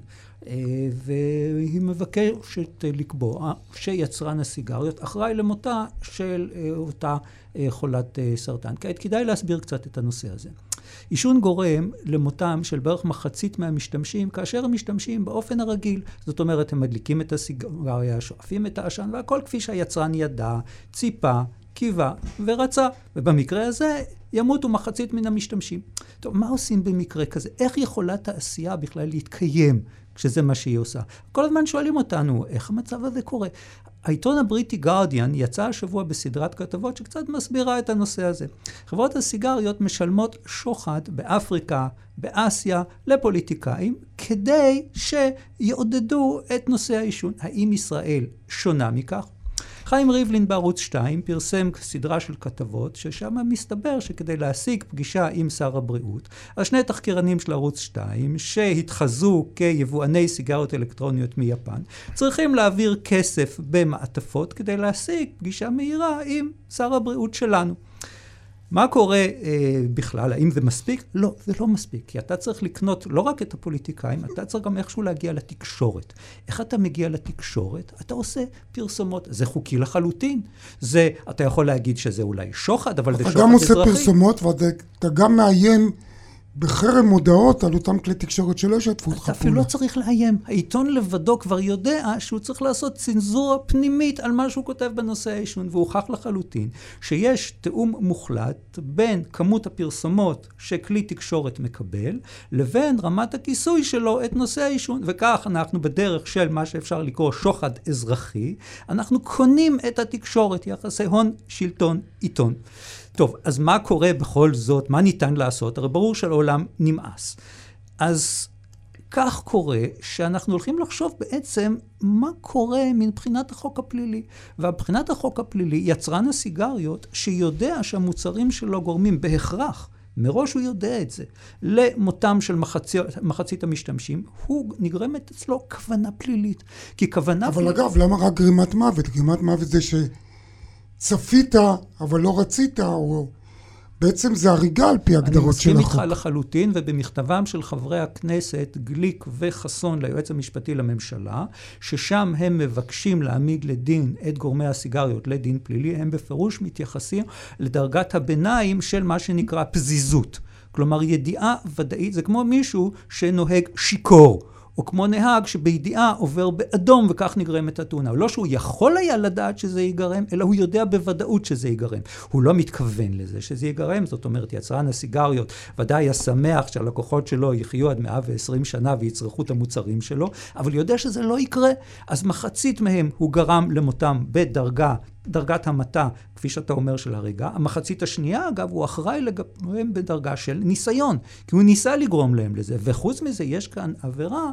והיא מבקשת לקבוע שיצרן הסיגריות אחראי למותה של אותה חולת סרטן. כעת כדאי להסביר קצת את הנושא הזה. עישון גורם למותם של בערך מחצית מהמשתמשים, כאשר הם משתמשים באופן הרגיל. זאת אומרת, הם מדליקים את הסיגריה, שואפים את העשן, והכל כפי שהיצרן ידע, ציפה, קיווה ורצה. ובמקרה הזה ימותו מחצית מן המשתמשים. טוב, מה עושים במקרה כזה? איך יכולה תעשייה בכלל להתקיים כשזה מה שהיא עושה? כל הזמן שואלים אותנו, איך המצב הזה קורה? העיתון הבריטי גארדיאן יצא השבוע בסדרת כתבות שקצת מסבירה את הנושא הזה. חברות הסיגריות משלמות שוחד באפריקה, באסיה, לפוליטיקאים, כדי שיעודדו את נושא העישון. האם ישראל שונה מכך? חיים ריבלין בערוץ שתיים פרסם סדרה של כתבות, ששם מסתבר שכדי להשיג פגישה עם שר הבריאות, אז שני תחקירנים של ערוץ שתיים, שהתחזו כיבואני סיגריות אלקטרוניות מיפן, צריכים להעביר כסף במעטפות כדי להשיג פגישה מהירה עם שר הבריאות שלנו. מה קורה אה, בכלל? האם זה מספיק? לא, זה לא מספיק. כי אתה צריך לקנות לא רק את הפוליטיקאים, אתה צריך גם איכשהו להגיע לתקשורת. איך אתה מגיע לתקשורת? אתה עושה פרסומות. זה חוקי לחלוטין. זה, אתה יכול להגיד שזה אולי שוחד, אבל זה שוחד אזרחי. אתה גם עושה פרסומות, ואתה גם מאיים בחרם מודעות על אותם כלי תקשורת שלא ישתפו אותך פעולה. אתה אפילו לא צריך לאיים. העיתון לבדו כבר יודע שהוא צריך לעשות צנזורה פנימית על מה שהוא כותב בנושא העישון, והוכח לחלוטין שיש תאום מוחלט בין כמות הפרסומות שכלי תקשורת מקבל, לבין רמת הכיסוי שלו את נושא העישון. וכך אנחנו בדרך של מה שאפשר לקרוא שוחד אזרחי, אנחנו קונים את התקשורת, יחסי הון, שלטון, עיתון. טוב, אז מה קורה בכל זאת? מה ניתן לעשות? הרי ברור שלעולם נמאס. אז כך קורה שאנחנו הולכים לחשוב בעצם מה קורה מבחינת החוק הפלילי. ובבחינת החוק הפלילי, יצרן הסיגריות שיודע שהמוצרים שלו גורמים בהכרח, מראש הוא יודע את זה, למותם של מחצית, מחצית המשתמשים, הוא נגרמת אצלו כוונה פלילית. כי כוונה אבל פלילית... אגב, למה רק גרימת מוות? גרימת מוות זה ש... צפית, אבל לא רצית, או בעצם זה הריגה על פי הגדרות של החוק. אני מסכים איתך לחלוטין, ובמכתבם של חברי הכנסת, גליק וחסון ליועץ המשפטי לממשלה, ששם הם מבקשים להעמיד לדין את גורמי הסיגריות לדין פלילי, הם בפירוש מתייחסים לדרגת הביניים של מה שנקרא פזיזות. כלומר, ידיעה ודאית, זה כמו מישהו שנוהג שיקור. או כמו נהג שבידיעה עובר באדום וכך נגרמת התאונה. לא שהוא יכול היה לדעת שזה ייגרם, אלא הוא יודע בוודאות שזה ייגרם. הוא לא מתכוון לזה שזה ייגרם, זאת אומרת, יצרן הסיגריות ודאי ישמח שהלקוחות שלו יחיו עד מאה ועשרים שנה ויצרכו את המוצרים שלו, אבל יודע שזה לא יקרה. אז מחצית מהם הוא גרם למותם בדרגה, דרגת המתה, כפי שאתה אומר, של הרגע. המחצית השנייה, אגב, הוא אחראי לגרם בדרגה של ניסיון, כי הוא ניסה לגרום להם לזה. וחוץ מזה, יש כאן עבירה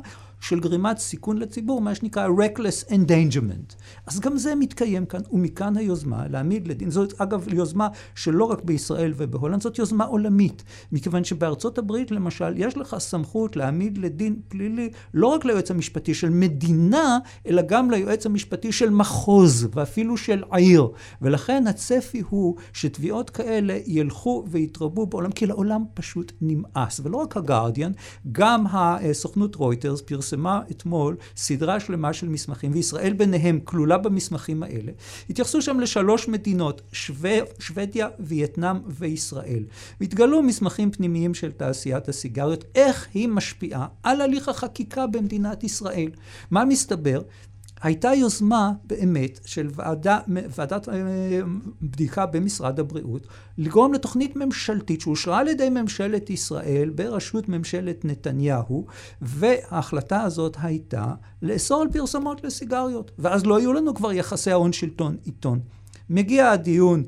של גרימת סיכון לציבור, מה שנקרא reckless endangerment. אז גם זה מתקיים כאן, ומכאן היוזמה להעמיד לדין. זאת אגב יוזמה שלא רק בישראל ובהולנד, זאת יוזמה עולמית. מכיוון שבארצות הברית למשל, יש לך סמכות להעמיד לדין פלילי, לא רק ליועץ המשפטי של מדינה, אלא גם ליועץ המשפטי של מחוז, ואפילו של עיר. ולכן הצפי הוא שתביעות כאלה ילכו ויתרבו בעולם, כי לעולם פשוט נמאס. ולא רק הגארדיאן, גם הסוכנות רויטרס פרסמה אתמול סדרה שלמה של מסמכים, וישראל ביניהם כלולה במסמכים האלה. התייחסו שם לשלוש מדינות, שו... שוודיה, וייטנאם וישראל. והתגלו מסמכים פנימיים של תעשיית הסיגריות, איך היא משפיעה על הליך החקיקה במדינת ישראל. מה מסתבר? הייתה יוזמה באמת של ועדה, ועדת בדיקה במשרד הבריאות, לגרום לתוכנית ממשלתית שאושרה על ידי ממשלת ישראל בראשות ממשלת נתניהו, וההחלטה הזאת הייתה לאסור על פרסומות לסיגריות. ואז לא היו לנו כבר יחסי ההון שלטון עיתון. מגיע הדיון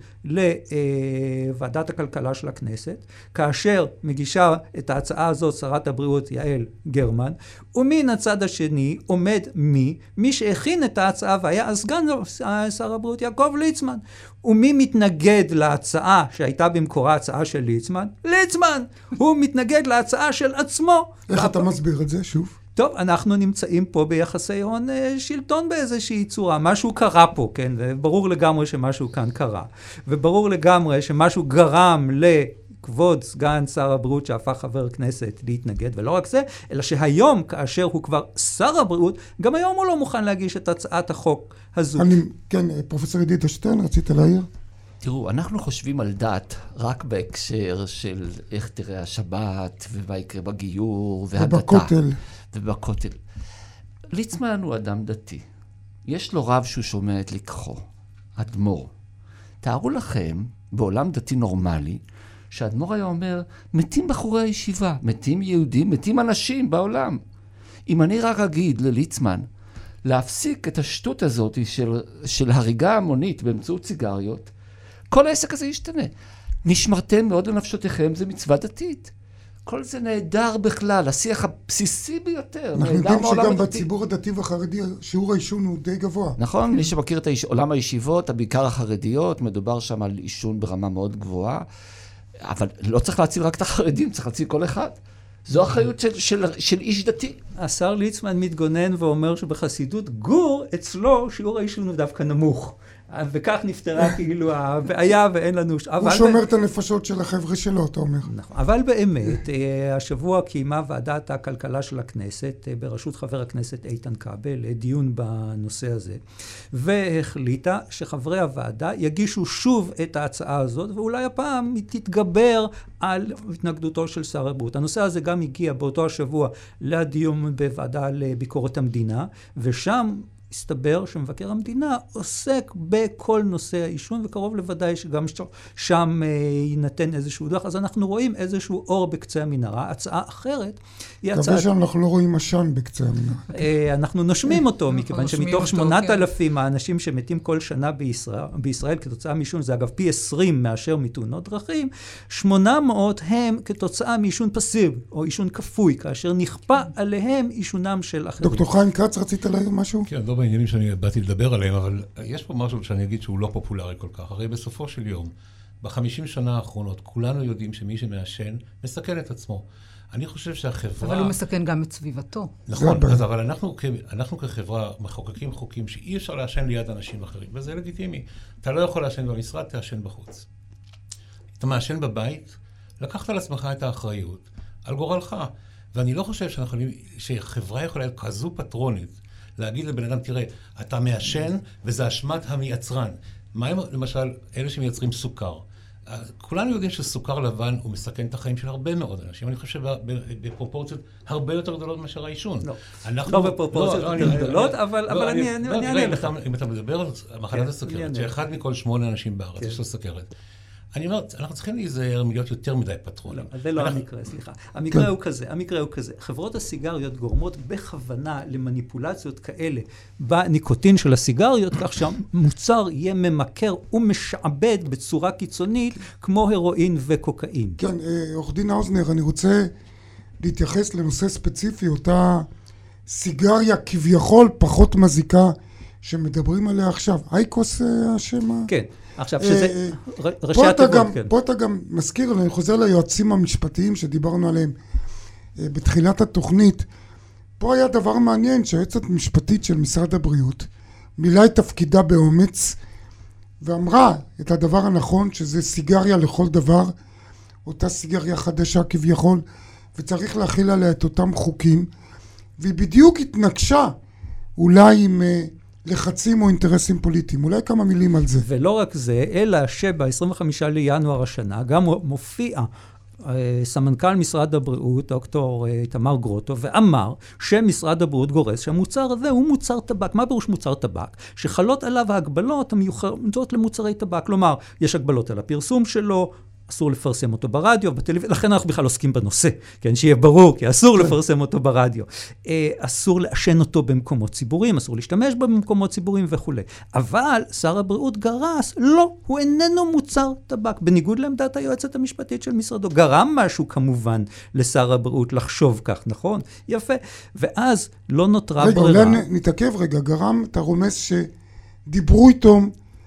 לוועדת הכלכלה של הכנסת, כאשר מגישה את ההצעה הזאת שרת הבריאות יעל גרמן, ומן הצד השני עומד מי? מי שהכין את ההצעה והיה הסגן שר הבריאות יעקב ליצמן. ומי מתנגד להצעה שהייתה במקורה הצעה של ליצמן? ליצמן! הוא מתנגד להצעה של עצמו. איך אתה מסביר את זה שוב? טוב, אנחנו נמצאים פה ביחסי הון שלטון באיזושהי צורה. משהו קרה פה, כן? וברור לגמרי שמשהו כאן קרה. וברור לגמרי שמשהו גרם לכבוד סגן שר הבריאות שהפך חבר כנסת להתנגד, ולא רק זה, אלא שהיום, כאשר הוא כבר שר הבריאות, גם היום הוא לא מוכן להגיש את הצעת החוק הזו. אני, כן, פרופסור עידית אשטרן, רצית להעיר? תראו, אנחנו חושבים על דת רק בהקשר של איך תראה השבת, ומה יקרה בגיור, והדתה. ובכותל. ובכותל. ליצמן הוא אדם דתי. יש לו רב שהוא שומע את לקחו, אדמו"ר. תארו לכם, בעולם דתי נורמלי, שהאדמו"ר היה אומר, מתים בחורי הישיבה, מתים יהודים, מתים אנשים בעולם. אם אני רק אגיד לליצמן, להפסיק את השטות הזאת של, של הריגה המונית באמצעות סיגריות, כל העסק הזה ישתנה. נשמרתם מאוד לנפשותיכם, זה מצווה דתית. כל זה נהדר בכלל, השיח הבסיסי ביותר. אנחנו יודעים שגם בציבור הדתי והחרדי שיעור העישון הוא די גבוה. נכון, מי שמכיר את עולם הישיבות, בעיקר החרדיות, מדובר שם על עישון ברמה מאוד גבוהה, אבל לא צריך להציל רק את החרדים, צריך להציל כל אחד. זו אחריות של, של, של איש דתי. השר ליצמן מתגונן ואומר שבחסידות גור אצלו שיעור העישון הוא דווקא נמוך. וכך נפתרה כאילו הבעיה ואין לנו... הוא שומר את הנפשות של החבר'ה שלו, אתה אומר. נכון. אבל באמת, השבוע קיימה ועדת הכלכלה של הכנסת, בראשות חבר הכנסת איתן כבל, דיון בנושא הזה, והחליטה שחברי הוועדה יגישו שוב את ההצעה הזאת, ואולי הפעם היא תתגבר על התנגדותו של שר הבריאות. הנושא הזה גם הגיע באותו השבוע לדיון בוועדה לביקורת המדינה, ושם הסתבר שמבקר המדינה עוסק בכל נושא העישון, וקרוב לוודאי שגם שם יינתן איזשהו דוח. אז אנחנו רואים איזשהו אור בקצה המנהרה. הצעה אחרת היא הצעה... מקווה שאנחנו לא רואים עשן בקצה המנהרה. אנחנו נושמים אותו, מכיוון שמתוך שמונת אלפים האנשים שמתים כל שנה בישראל, בישראל כתוצאה מעישון, זה אגב פי עשרים מאשר מתאונות דרכים, שמונה מאות הם כתוצאה מעישון פסיב, או עישון כפוי, כאשר נכפה עליהם עישונם של אחרים. דוקטור חיים כץ, רצית להעיר משהו? כן, לא בעניינים שאני באתי לדבר עליהם, אבל יש פה משהו שאני אגיד שהוא לא פופולרי כל כך. הרי בסופו של יום, בחמישים שנה האחרונות, כולנו יודעים שמי שמעשן מסכן את עצמו. אני חושב שהחברה... אבל הוא מסכן גם את סביבתו. נכון, אז אבל אנחנו, אנחנו כחברה מחוקקים חוקים שאי אפשר לעשן ליד אנשים אחרים, וזה לגיטימי. אתה לא יכול לעשן במשרד, תעשן בחוץ. אתה מעשן בבית, לקחת על עצמך את האחריות על גורלך. ואני לא חושב שאנחנו, שחברה יכולה להיות כזו פטרונית, להגיד לבן אדם, תראה, אתה מעשן וזה אשמת המייצרן. מה הם, למשל, אלה שמייצרים סוכר? כולנו יודעים שסוכר לבן הוא מסכן את החיים של הרבה מאוד אנשים. אני חושב שבפרופורציות הרבה יותר גדולות מאשר העישון. לא, לא בפרופורציות יותר גדולות, אבל אני אענה לך. אם אתה מדבר על מחלת הסוכרת, שאחד מכל שמונה אנשים בארץ יש לו סוכרת, אני אומר, אנחנו צריכים להיזהר מלהיות יותר מדי פטרונים. זה לא המקרה, סליחה. המקרה הוא כזה, המקרה הוא כזה. חברות הסיגריות גורמות בכוונה למניפולציות כאלה בניקוטין של הסיגריות, כך שהמוצר יהיה ממכר ומשעבד בצורה קיצונית, כמו הרואין וקוקאין. כן, עורך דין האוזנר, אני רוצה להתייחס לנושא ספציפי, אותה סיגריה כביכול פחות מזיקה שמדברים עליה עכשיו. אייקוס השם ה... כן, עכשיו שזה ראשי התיבות, כן. פה אתה גם מזכיר, אני חוזר ליועצים המשפטיים שדיברנו עליהם בתחילת התוכנית. פה היה דבר מעניין שהיועצת המשפטית של משרד הבריאות מילאה את תפקידה באומץ ואמרה את הדבר הנכון, שזה סיגריה לכל דבר, אותה סיגריה חדשה כביכול, וצריך להכיל עליה את אותם חוקים, והיא בדיוק התנגשה אולי עם לחצים או אינטרסים פוליטיים. אולי כמה מילים על זה. ולא רק זה, אלא שב-עשרים וחמישה לינואר השנה גם מופיע סמנכ"ל משרד הבריאות, דוקטור תמר גרוטו, ואמר שמשרד הבריאות גורס שהמוצר הזה הוא מוצר טבק. מה פירוש מוצר טבק? שחלות עליו ההגבלות המיוחדות למוצרי טבק. כלומר, יש הגבלות על הפרסום שלו, אסור לפרסם אותו ברדיו, בטלוויזיה, לכן אנחנו בכלל עוסקים בנושא, כן, שיהיה ברור, כי אסור לפרסם אותו ברדיו. אסור לעשן אותו במקומות ציבוריים, אסור להשתמש בו במקומות ציבוריים וכו'. אבל שר הבריאות גרס, לא, הוא איננו מוצר טבק, בניגוד לעמדת היועצת המשפטית של משרדו. גרם משהו כמובן לשר הבריאות לחשוב כך, נכון? יפה. ואז לא נותרה רגע, ברירה. רגע, אולי נתעכב רגע, גרם, אתה רומז שדיברו איתו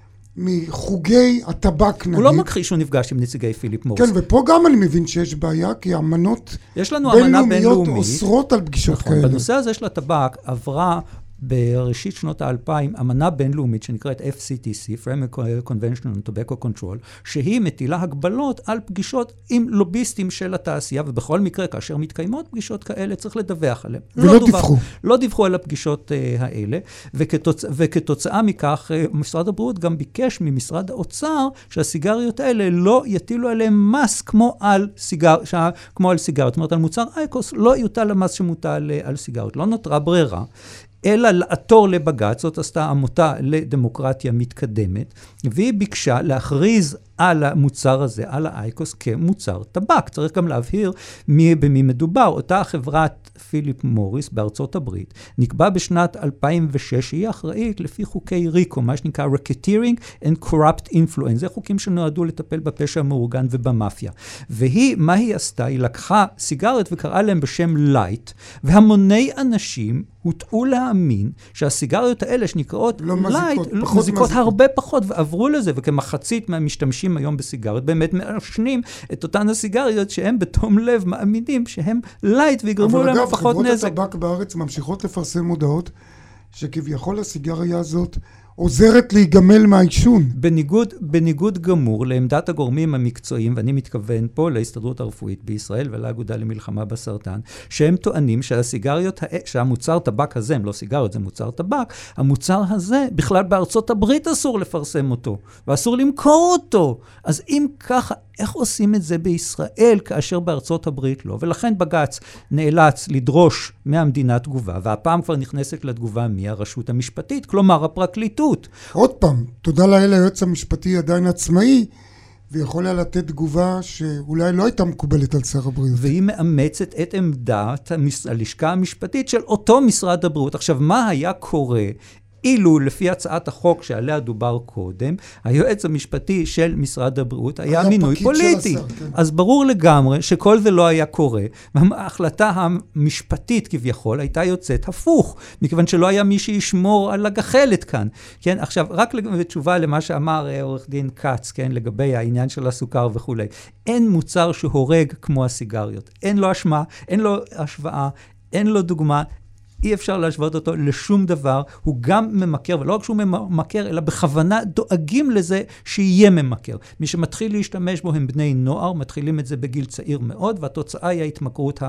מחוגי הטבק נגיד. הוא לא מכחיש שהוא נפגש עם נציגי פיליפ מוריס. כן, ופה גם אני מבין שיש בעיה, כי האמנות בינלאומיות אוסרות על פגישות נכון, כאלה. בנושא הזה של הטבק עברה בראשית שנות האלפיים אמנה בינלאומית שנקראת אף סי טי סי, Framework Convention on Tobacco Control, שהיא מטילה הגבלות על פגישות עם לוביסטים של התעשייה, ובכל מקרה, כאשר מתקיימות פגישות כאלה, צריך לדווח עליהם. ולא לא דיווחו. דווח, לא דיווחו על הפגישות uh, האלה, וכתוצ... וכתוצאה מכך, uh, משרד הבריאות גם ביקש ממשרד האוצר, שהסיגריות האלה לא יטילו עליהם מס כמו על, סיגר... ש... כמו על סיגריות. זאת אומרת, על מוצר אייקוס לא יוטל המס שמוטל uh, על סיגריות. לא נותרה ברירה. אלא לעתור לבג"ץ, זאת עשתה עמותה לדמוקרטיה מתקדמת, והיא ביקשה להכריז על המוצר הזה, על האייקוס, כמוצר טבק. צריך גם להבהיר מי, במי מדובר. אותה חברת פיליפ מוריס בארצות הברית, נקבע בשנת אלפיים ושש, היא אחראית לפי חוקי ריקו, מה שנקרא Racketeering and Corrupt Influence. זה חוקים שנועדו לטפל בפשע המאורגן ובמאפיה. והיא, מה היא עשתה? היא לקחה סיגריות וקראה להם בשם לייט, והמוני אנשים הוטעו להאמין שהסיגריות האלה שנקראות לא לייט, מזיקות, לא, פחות מזיקות מזיקות. הרבה פחות, ועברו לזה, וכמחצית מהמשתמשים היום בסיגריות, באמת מעשנים את אותן הסיגריות שהם בתום לב מאמינים שהם לייט ויגרמו להם פחות אבל נזק. אגב, חברות הטבק בארץ ממשיכות לפרסם מודעות שכביכול הסיגריה הזאת עוזרת להיגמל מהעישון. בניגוד, בניגוד גמור לעמדת הגורמים המקצועיים, ואני מתכוון פה להסתדרות הרפואית בישראל ולאגודה למלחמה בסרטן, שהם טוענים שהסיגריות, שהמוצר טבק הזה, הם לא סיגריות, זה מוצר טבק, המוצר הזה בכלל בארצות הברית אסור לפרסם אותו, ואסור למכור אותו. אז אם ככה, איך עושים את זה בישראל כאשר בארצות הברית לא? ולכן בג"ץ נאלץ לדרוש מהמדינה תגובה, והפעם כבר נכנסת לתגובה מהרשות המשפטית, כלומר הפרקליטות. עוד פעם, תודה לאל היועץ המשפטי עדיין עצמאי, ויכול היה לתת תגובה שאולי לא הייתה מקובלת על שר הבריאות. והיא מאמצת את עמדת הלשכה המשפטית של אותו משרד הבריאות. עכשיו, מה היה קורה אילו לפי הצעת החוק שעליה דובר קודם, היועץ המשפטי של משרד הבריאות היה, היה מינוי פוליטי. השר, כן. אז ברור לגמרי שכל זה לא היה קורה, וההחלטה המשפטית כביכול הייתה יוצאת הפוך, מכיוון שלא היה מי שישמור על הגחלת כאן. כן, עכשיו, רק בתשובה למה שאמר עורך דין קץ, כן, לגבי העניין של הסוכר וכו'. אין מוצר שהורג כמו הסיגריות. אין לו השמה, אין לו השוואה, אין לו דוגמה, אי אפשר להשוות אותו לשום דבר, הוא גם ממכר, ולא רק שהוא ממכר, אלא בכוונה דואגים לזה שיהיה ממכר. מי שמתחיל להשתמש בו הם בני נוער, מתחילים את זה בגיל צעיר מאוד, והתוצאה היא ההתמכרות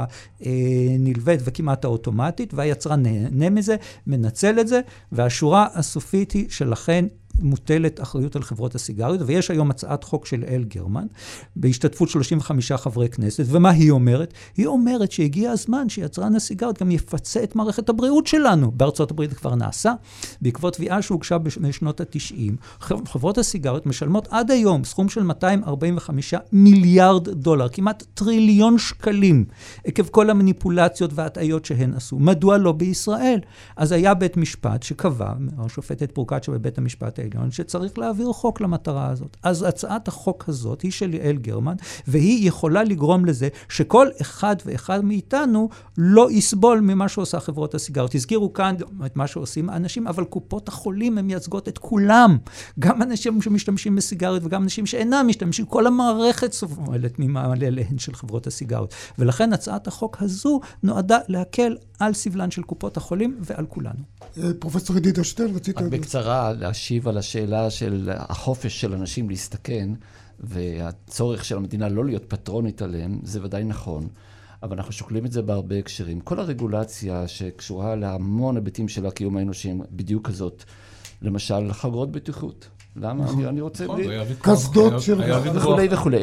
הנלווית וכמעט האוטומטית, והיצרן נהנה מזה, מנצל את זה, והשורה הסופית היא שלכן מוטלת אחריות על חברות הסיגריות, ויש היום הצעת חוק של אל גרמן, בהשתתפות שלושים וחמישה חברי כנסת, ומה היא אומרת? היא אומרת שהגיע הזמן שיצרן הסיגריות גם יפצה את מערכת הבריאות שלנו. בארצות הברית כבר נעשה, בעקבות תביעה שהוגשה בשנות ה-תשעים, חברות הסיגריות משלמות עד היום סכום של מאתיים ארבעים וחמישה מיליארד דולר, כמעט טריליון שקלים, עקב כל המניפולציות וההטעיות שהן עשו. מדוע לא בישראל? אז היה בית משפט שקבע, השופטת פרוקצ'יה בבית המשפט העליון, העליון שצריך להעביר חוק למטרה הזאת. אז הצעת החוק הזאת היא של יעל גרמן, והיא יכולה לגרום לזה שכל אחד ואחד מאיתנו לא יסבול ממה שעושה חברות הסיגריות. הזכירו כאן את מה שעושים האנשים, אבל קופות החולים הן מייצגות את כולם. גם אנשים שמשתמשים בסיגריות וגם אנשים שאינם משתמשים. כל המערכת סובלת ממעליהן של חברות הסיגריות. ולכן הצעת החוק הזו נועדה להקל על סבלן של קופות החולים ועל כולנו. פרופסור ידידיה שטרן, רצית... רק בקצרה להשיב על השאלה של החופש של אנשים להסתכן, והצורך של המדינה לא להיות פטרונית עליהם, זה ודאי נכון. אבל אנחנו שוקלים את זה בהרבה הקשרים. כל הרגולציה שקשורה להמון היבטים של הקיום האנושי, בדיוק כזאת, למשל חגורות בטיחות. למה? אני רוצה... קסדות של... וכולי וכולי.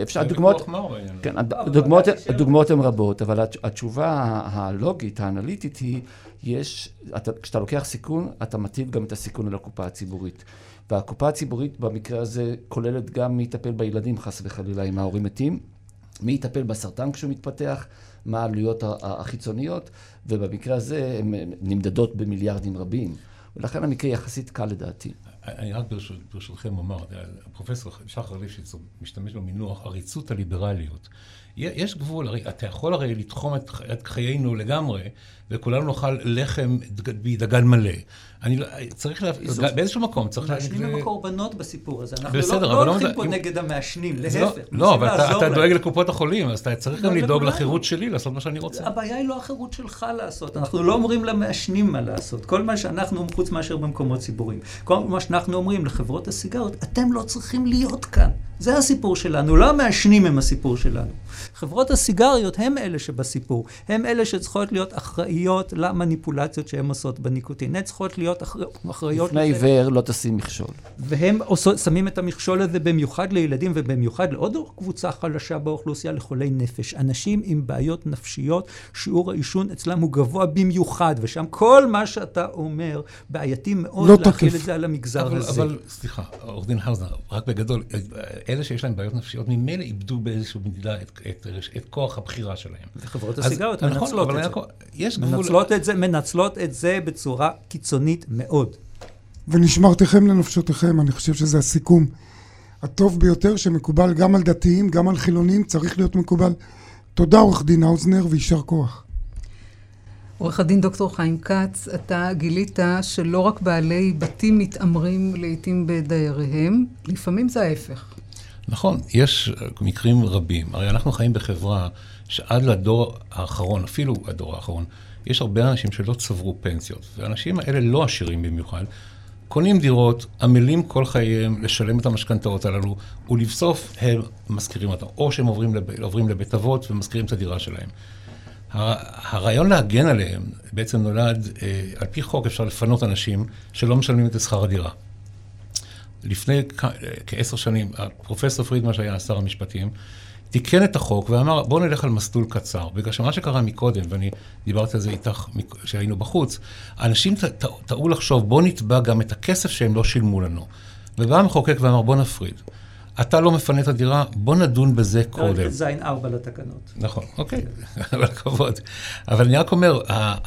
הדוגמאות הן רבות, אבל התשובה הלוגית, האנליטית היא, יש, כשאתה לוקח סיכון, אתה מטיל גם את הסיכון על הקופה הציבורית. והקופה הציבורית במקרה הזה כוללת גם מי יטפל בילדים, חס וחלילה, אם ההורים מתים, מי יטפל בסרטן כשהוא מתפתח, מה העלויות החיצוניות, ובמקרה הזה הן נמדדות במיליארדים רבים. ולכן המקרה יחסית קל לדעתי. אני רק ברשותכם אומר, הפרופסור שחר ליפשיץ משתמש במינוח עריצות הליברליות. יש גבול, הרי, אתה יכול הרי לתחום את, את חיינו לגמרי, וכולנו נאכל לחם דגן מלא. אני צריך לה... באיזשהו מקום צריך... מעשנים הם הקורבנות בסיפור הזה. אנחנו לא הולכים פה נגד המעשנים, להפך. לא, אבל אתה דואג לקופות החולים, אז אתה צריך גם לדאוג לחירות שלי, לעשות מה שאני רוצה. הבעיה היא לא החירות שלך לעשות. אנחנו לא אומרים למעשנים מה לעשות. כל מה שאנחנו, חוץ מאשר במקומות ציבוריים. כל מה שאנחנו אומרים לחברות הסיגריות, אתם לא צריכים להיות כאן. זה הסיפור שלנו, לא המעשנים הם הסיפור שלנו. חברות הסיגריות הם אלה שבסיפור. הם אלה שצריכות להיות אחראיות למניפולציות שהן עושות בניקוטין. הן צריכות להיות אחראיות... לפני עיוור לא תשים מכשול. והם שמים את המכשול הזה במיוחד לילדים ובמיוחד לעוד קבוצה חלשה באוכלוסייה, לחולי נפש. אנשים עם בעיות נפשיות, שיעור העישון אצלם הוא גבוה במיוחד, ושם כל מה שאתה אומר בעייתי מאוד לא להכיל את זה על המגזר אבל, הזה. אבל, סליחה, עורך דין האוזנר, רק בגדול, אלה שיש להם בעיות נפשיות, ממילא איבדו באיזשהו מדידה את, את, את כוח הבחירה שלהם. וחברות הסיגריות מנצלות את זה. יש גבול... מנצלות את זה, מנצלות את זה בצורה קיצונית מאוד. ונשמרתכם לנפשותיכם, אני חושב שזה הסיכום הטוב ביותר, שמקובל גם על דתיים, גם על חילונים, צריך להיות מקובל. תודה עורך דין האוזנר וישר כוח. עורך הדין דוקטור חיים כץ, אתה גילית שלא רק בעלי בתים מתאמרים לעתים בדייריהם, לפעמים זה ההפך. נכון, יש מקרים רבים. הרי אנחנו חיים בחברה שעד לדור האחרון, אפילו הדור האחרון, יש הרבה אנשים שלא צברו פנסיות. והאנשים האלה לא עשירים במיוחד, קונים דירות, עמלים כל חייהם לשלם את המשכנתאות הללו, ולבסוף הם מזכירים אותם. או שהם עוברים, לב... עוברים לבית אבות ומזכירים את הדירה שלהם. הרעיון להגן עליהם בעצם נולד, אה, על פי חוק אפשר לפנות אנשים שלא משלמים את שכר הדירה. לפני כעשר שנים, הפרופסור פרידמן שהיה שר המשפטים, תיקן את החוק ואמר, בוא נלך על מסלול קצר. בגלל שמה שקרה מקודם, ואני דיברתי על זה איתך כשהיינו בחוץ, אנשים טעו לחשוב, בוא נתבע גם את הכסף שהם לא שילמו לנו. ובא המחוקק ואמר, בוא נפריד. אתה לא מפנה את הדירה, בוא נדון בזה קודם. זין ארבע לתקנות. נכון, אוקיי, אבל כבוד. אבל אני רק אומר,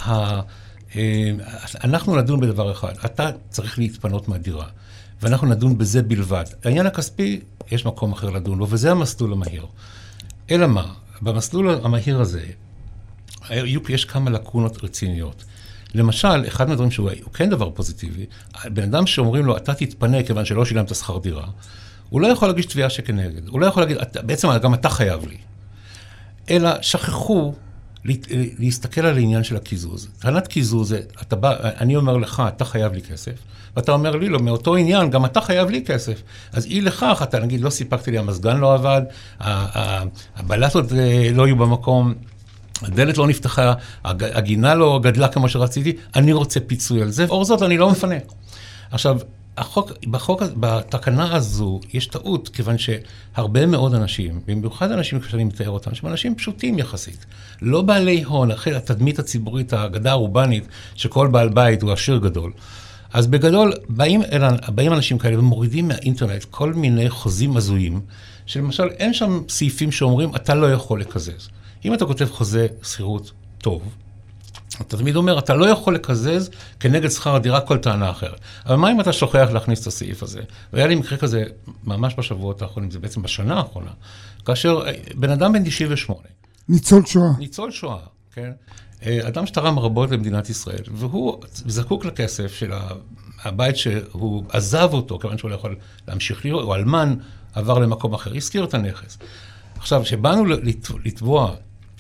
אנחנו נדון בדבר אחד, אתה צריך להתפנות מהדירה. ואנחנו נדון בזה בלבד. העניין הכספי, יש מקום אחר לדון בו, וזה המסלול המהיר. אלא מה? במסלול המהיר הזה, יש כמה לקונות רציניות. למשל, אחד מהדברים שהוא כן דבר פוזיטיבי, בן אדם שאומרים לו, אתה תתפנה כיוון שלא שילמת שכר דירה, הוא לא יכול להגיש תביעה שכנגד. הוא לא יכול להגיד, בעצם גם אתה חייב לי. אלא שכחו להסתכל על העניין של הקיזוז. טענת קיזוז, אתה בא, אני אומר לך, אתה חייב לי כסף, ואתה אומר לי, לא, מאותו עניין, גם אתה חייב לי כסף. אז אי לכך, אתה נגיד, לא סיפקתי לי, המזגן לא עבד, הבלטות לא היו במקום, הדלת לא נפתחה, הגינה לא גדלה כמו שרציתי, אני רוצה פיצוי על זה, ואור זאת אני לא מפנה. עכשיו, החוק, בחוק, בתקנה הזו יש טעות, כיוון שהרבה מאוד אנשים, במיוחד אנשים כשאני מתאר אותם, שהם אנשים פשוטים יחסית, לא בעלי הון, אחרי התדמית הציבורית, האגדה הרובנית, שכל בעל בית הוא עשיר גדול. אז בגדול, באים, אלה, באים אנשים כאלה ומורידים מהאינטרנט כל מיני חוזים הזויים, שלמשל אין שם סעיפים שאומרים, אתה לא יכול לקזז. אם אתה כותב חוזה שכירות טוב, אתה תמיד אומר, אתה לא יכול לקזז כנגד שכר הדירה כל טענה אחרת. אבל מה אם אתה שוכח להכניס את הסעיף הזה? והיה לי מקרה כזה ממש בשבועות האחרונים, זה בעצם בשנה האחרונה, כאשר בן אדם בן תשעים ושמונה. ניצול שואה. ניצול שואה, כן? אדם שתרם רבות למדינת ישראל, והוא זקוק לכסף של הבית שהוא עזב אותו, כיוון שהוא לא יכול להמשיך להיות, או אלמן עבר למקום אחר, הזכיר את הנכס. עכשיו, כשבאנו לתבוע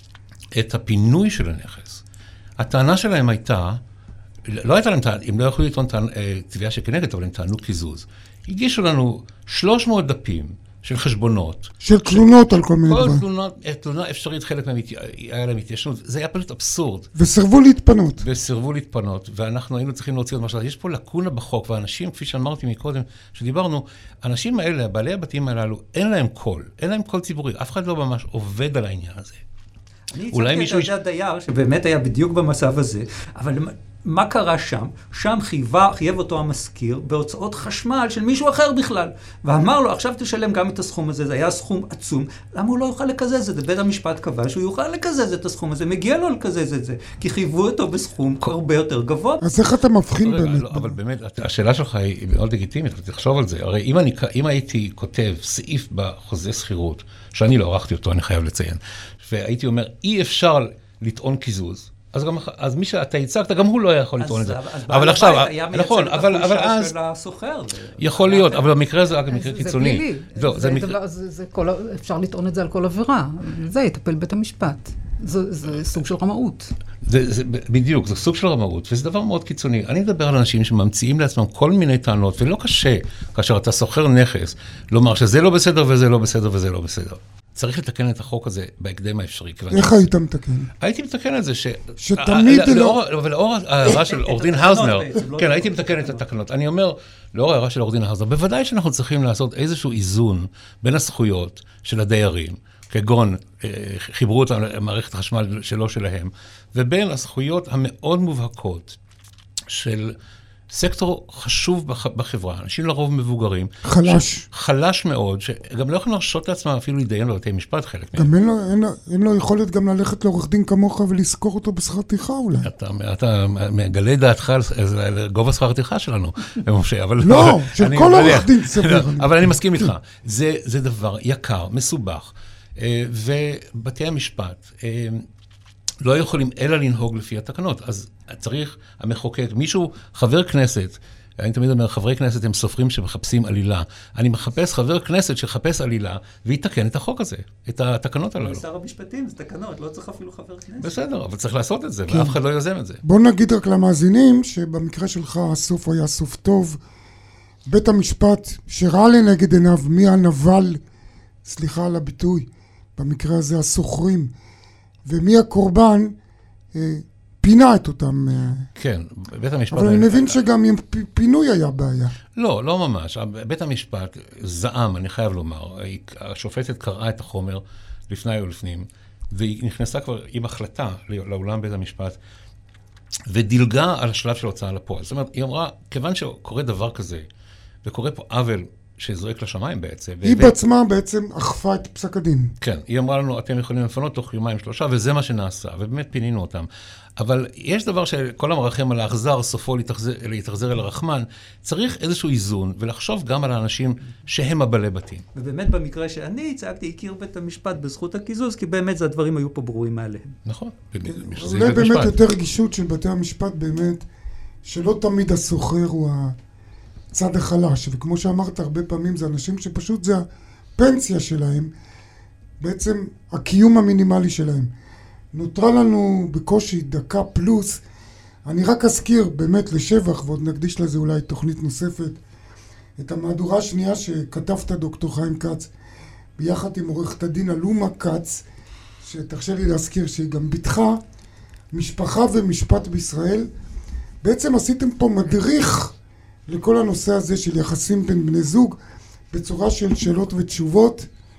את הפינוי של הנכס, הטענה שלהם הייתה, לא הייתה להם טענה, הם לא יכולו לטעון תביעה שכנגד, אבל הם טענו קיזוז. הגישו לנו שלוש מאות דפים של חשבונות. של תלונות על כל מיני כל דברים. תלונה, תלונה אפשרית, חלק מהם היה להם התיישנות. זה היה פשוט אבסורד. וסרבו להתפנות. וסירבו להתפנות, ואנחנו היינו צריכים להוציא את משהו. יש פה לקונה בחוק, ואנשים, כפי שאמרתי מקודם, שדיברנו, האנשים האלה, בעלי הבתים הללו, אין להם קול, אין להם קול ציבורי. אף אחד לא ממש עובד על העניין הזה. אני הצגתי את הדייר שבאמת היה בדיוק במצב הזה, אבל מה קרה שם? שם חייבה, חייב אותו המזכיר בהוצאות חשמל של מישהו אחר בכלל. ואמר לו, עכשיו תשלם גם את הסכום הזה, זה היה סכום עצום. למה הוא לא יוכל לקזז את זה? בית המשפט קבע שהוא יוכל לקזז את הסכום הזה, מגיע לו לקזז את זה, כי חייבו אותו בסכום הרבה יותר גבוה. אז איך אתה מבחין באמת? אבל באמת, השאלה שלך היא מאוד לגיטימית, אתה תחשוב על זה. הרי אם, אני, אם הייתי כותב סעיף בחוזה שכירות, שאני לא ערכתי אותו, אני חייב לציין, והייתי אומר, אי אפשר לטעון קיזוז, אז גם, אז מי שאתה הצגת, גם הוא לא יכול לטעון את זה. אבל עכשיו, נכון, אבל, אבל אז, יכול להיות, אבל במקרה זה רק מקרה קיצוני. זה פלילי, אפשר לטעון את זה על כל עבירה. זה יטפל בית המשפט. זה סוג של רמאות. זה, בדיוק, זה סוג של רמאות, וזה דבר מאוד קיצוני. אני מדבר על אנשים שממציאים לעצמם כל מיני טענות, ולא קשה, כאשר אתה סוחר נכס, לומר שזה לא בסדר וזה לא בסדר וזה לא בסדר. צריך לתקן את החוק הזה בהקדם האפשרי. איך היית מתקן? הייתי מתקן את זה ש... שתמיד לא... ולאור ההערה של עורך דין האוזנר, כן, הייתי מתקן את התקנות. אני אומר, לאור ההערה של עורך דין האוזנר, בוודאי שאנחנו צריכים לעשות איזשהו איזון בין הזכויות של הדיירים, כגון חיברו אותם למערכת החשמל שלו שלהם, ובין הזכויות המאוד מובהקות של... סקטור חשוב בחברה, אנשים לרוב מבוגרים. חלש. חלש מאוד, שגם לא יכולים להרשות לעצמם אפילו להידיין בבתי משפט חלק מהם. גם אין לו, אין, אין לו יכולת גם ללכת לעורך דין כמוך ולזכור אותו בשכר טרחה אולי. אתה, אתה מגלה דעתך על גובה שכר טרחה שלנו, משה, אבל... לא, של כל עורך דין סביר. אבל אני מסכים איתך, זה, זה דבר יקר, מסובך, ובתי המשפט... לא יכולים אלא לנהוג לפי התקנות. אז צריך המחוקק, מישהו, חבר כנסת, אני תמיד אומר, חברי כנסת הם סופרים שמחפשים עלילה. אני מחפש חבר כנסת שחפש עלילה, ויתקן את החוק הזה, את התקנות הללו. שר המשפטים, זה תקנות, לא צריך אפילו חבר כנסת. בסדר, אבל צריך לעשות את זה, כן. ואף אחד לא יוזם את זה. בוא נגיד רק למאזינים, שבמקרה שלך הסוף היה סוף טוב. בית המשפט שראה לנגד עיניו מי הנבל, סליחה על הביטוי, במקרה הזה הסוחרים, ומי הקורבן אה, פינה את אותם... אה... כן, בית המשפט... אבל אני מבין שגם עם פינוי היה בעיה. לא, לא ממש. בית המשפט זעם, אני חייב לומר. השופטת קראה את החומר לפני ולפנים, והיא נכנסה כבר עם החלטה לאולם בית המשפט, ודילגה על השלב של הוצאה לפועל. זאת אומרת, היא אמרה, כיוון שקורה דבר כזה, וקורה פה עוול, שזרק לשמיים בעצם. היא ו... בעצמה בעצם אכפה את פסק הדין. כן, היא אמרה לנו, אתם יכולים לפנות תוך יומיים שלושה, וזה מה שנעשה, ובאמת פינינו אותם. אבל יש דבר שכל המרחם על האכזר, סופו להתאכזר, להתאכזר אל הרחמן, צריך איזשהו איזון, ולחשוב גם על האנשים שהם הבעלי בתים. ובאמת במקרה שאני הצגתי, הכיר בית המשפט בזכות הקיזוז, כי באמת זה הדברים היו פה ברורים מעליהם. נכון. אולי באמת יותר רגישות של בתי המשפט באמת, שלא תמיד הסוחר הוא ה... צד החלש, וכמו שאמרת, הרבה פעמים זה אנשים שפשוט זה הפנסיה שלהם, בעצם הקיום המינימלי שלהם. נותרה לנו בקושי דקה פלוס, אני רק אזכיר באמת לשבח, ועוד נקדיש לזה אולי תוכנית נוספת, את המהדורה השנייה שכתבת דוקטור חיים כץ, ביחד עם עורכת הדין אלומה כץ, שתרשה לי להזכיר שהיא גם בתך, משפחה ומשפט בישראל. בעצם עשיתם פה מדריך לכל הנושא הזה של יחסים בין בני זוג, בצורה של שאלות ותשובות.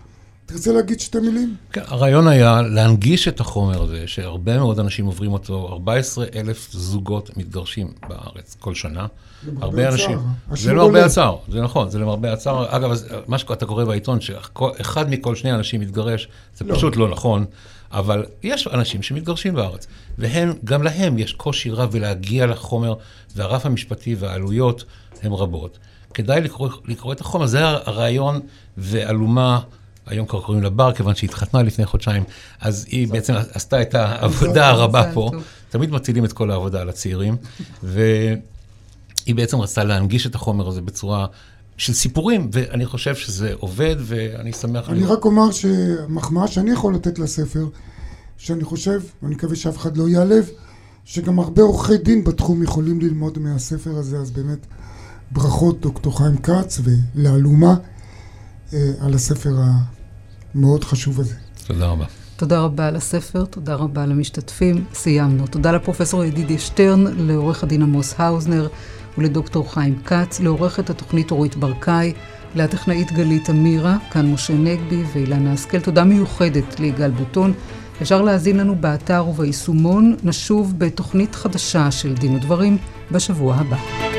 תרצה להגיד שתי מילים? כן, הרעיון היה להנגיש את החומר הזה, שהרבה מאוד אנשים עוברים אותו, ארבעה עשר אלף זוגות מתגרשים בארץ כל שנה. הרבה אנשים. זה לא הרבה הצער, זה נכון, זה למרבה הצער. אגב, מה שאתה קורא בעיתון, שאחד מכל שני אנשים מתגרש, זה פשוט לא נכון, אבל יש אנשים שמתגרשים בארץ, והם, גם להם יש קושי רב ולהגיע לחומר, והרף המשפטי והעלויות הם רבות. כדאי לקרוא, לקרוא את החומר, זה הרעיון ואלומה, היום כבר קוראים לה בר, כיוון שהיא התחתנה לפני חודשיים, אז היא בעצם עשתה את העבודה הרבה פה, תמיד מצילים את כל העבודה על הצעירים, והיא בעצם רצתה להנגיש את החומר הזה בצורה של סיפורים, ואני חושב שזה עובד, ואני שמח... אני רק אומר שמחמאה שאני יכול לתת לספר, שאני חושב, ואני מקווה שאף אחד לא ייעלב, שגם הרבה עורכי דין בתחום יכולים ללמוד מהספר הזה, אז באמת ברכות דוקטור חיים כץ ולאלומה אה, על הספר המאוד חשוב הזה. תודה רבה. תודה רבה על הספר, תודה רבה למשתתפים, סיימנו. תודה לפרופסור ידידיה שטרן, לעורך הדין עמוס האוזנר ולדוקטור חיים כץ, לעורכת התוכנית אורית ברקאי, לטכנאית גלית אמירה, כאן משה נגבי ואילנה השכל. תודה מיוחדת ליגאל בוטון. אפשר להאזין לנו באתר וביישומון. נשוב בתוכנית חדשה של דין ודברים בשבוע הבא.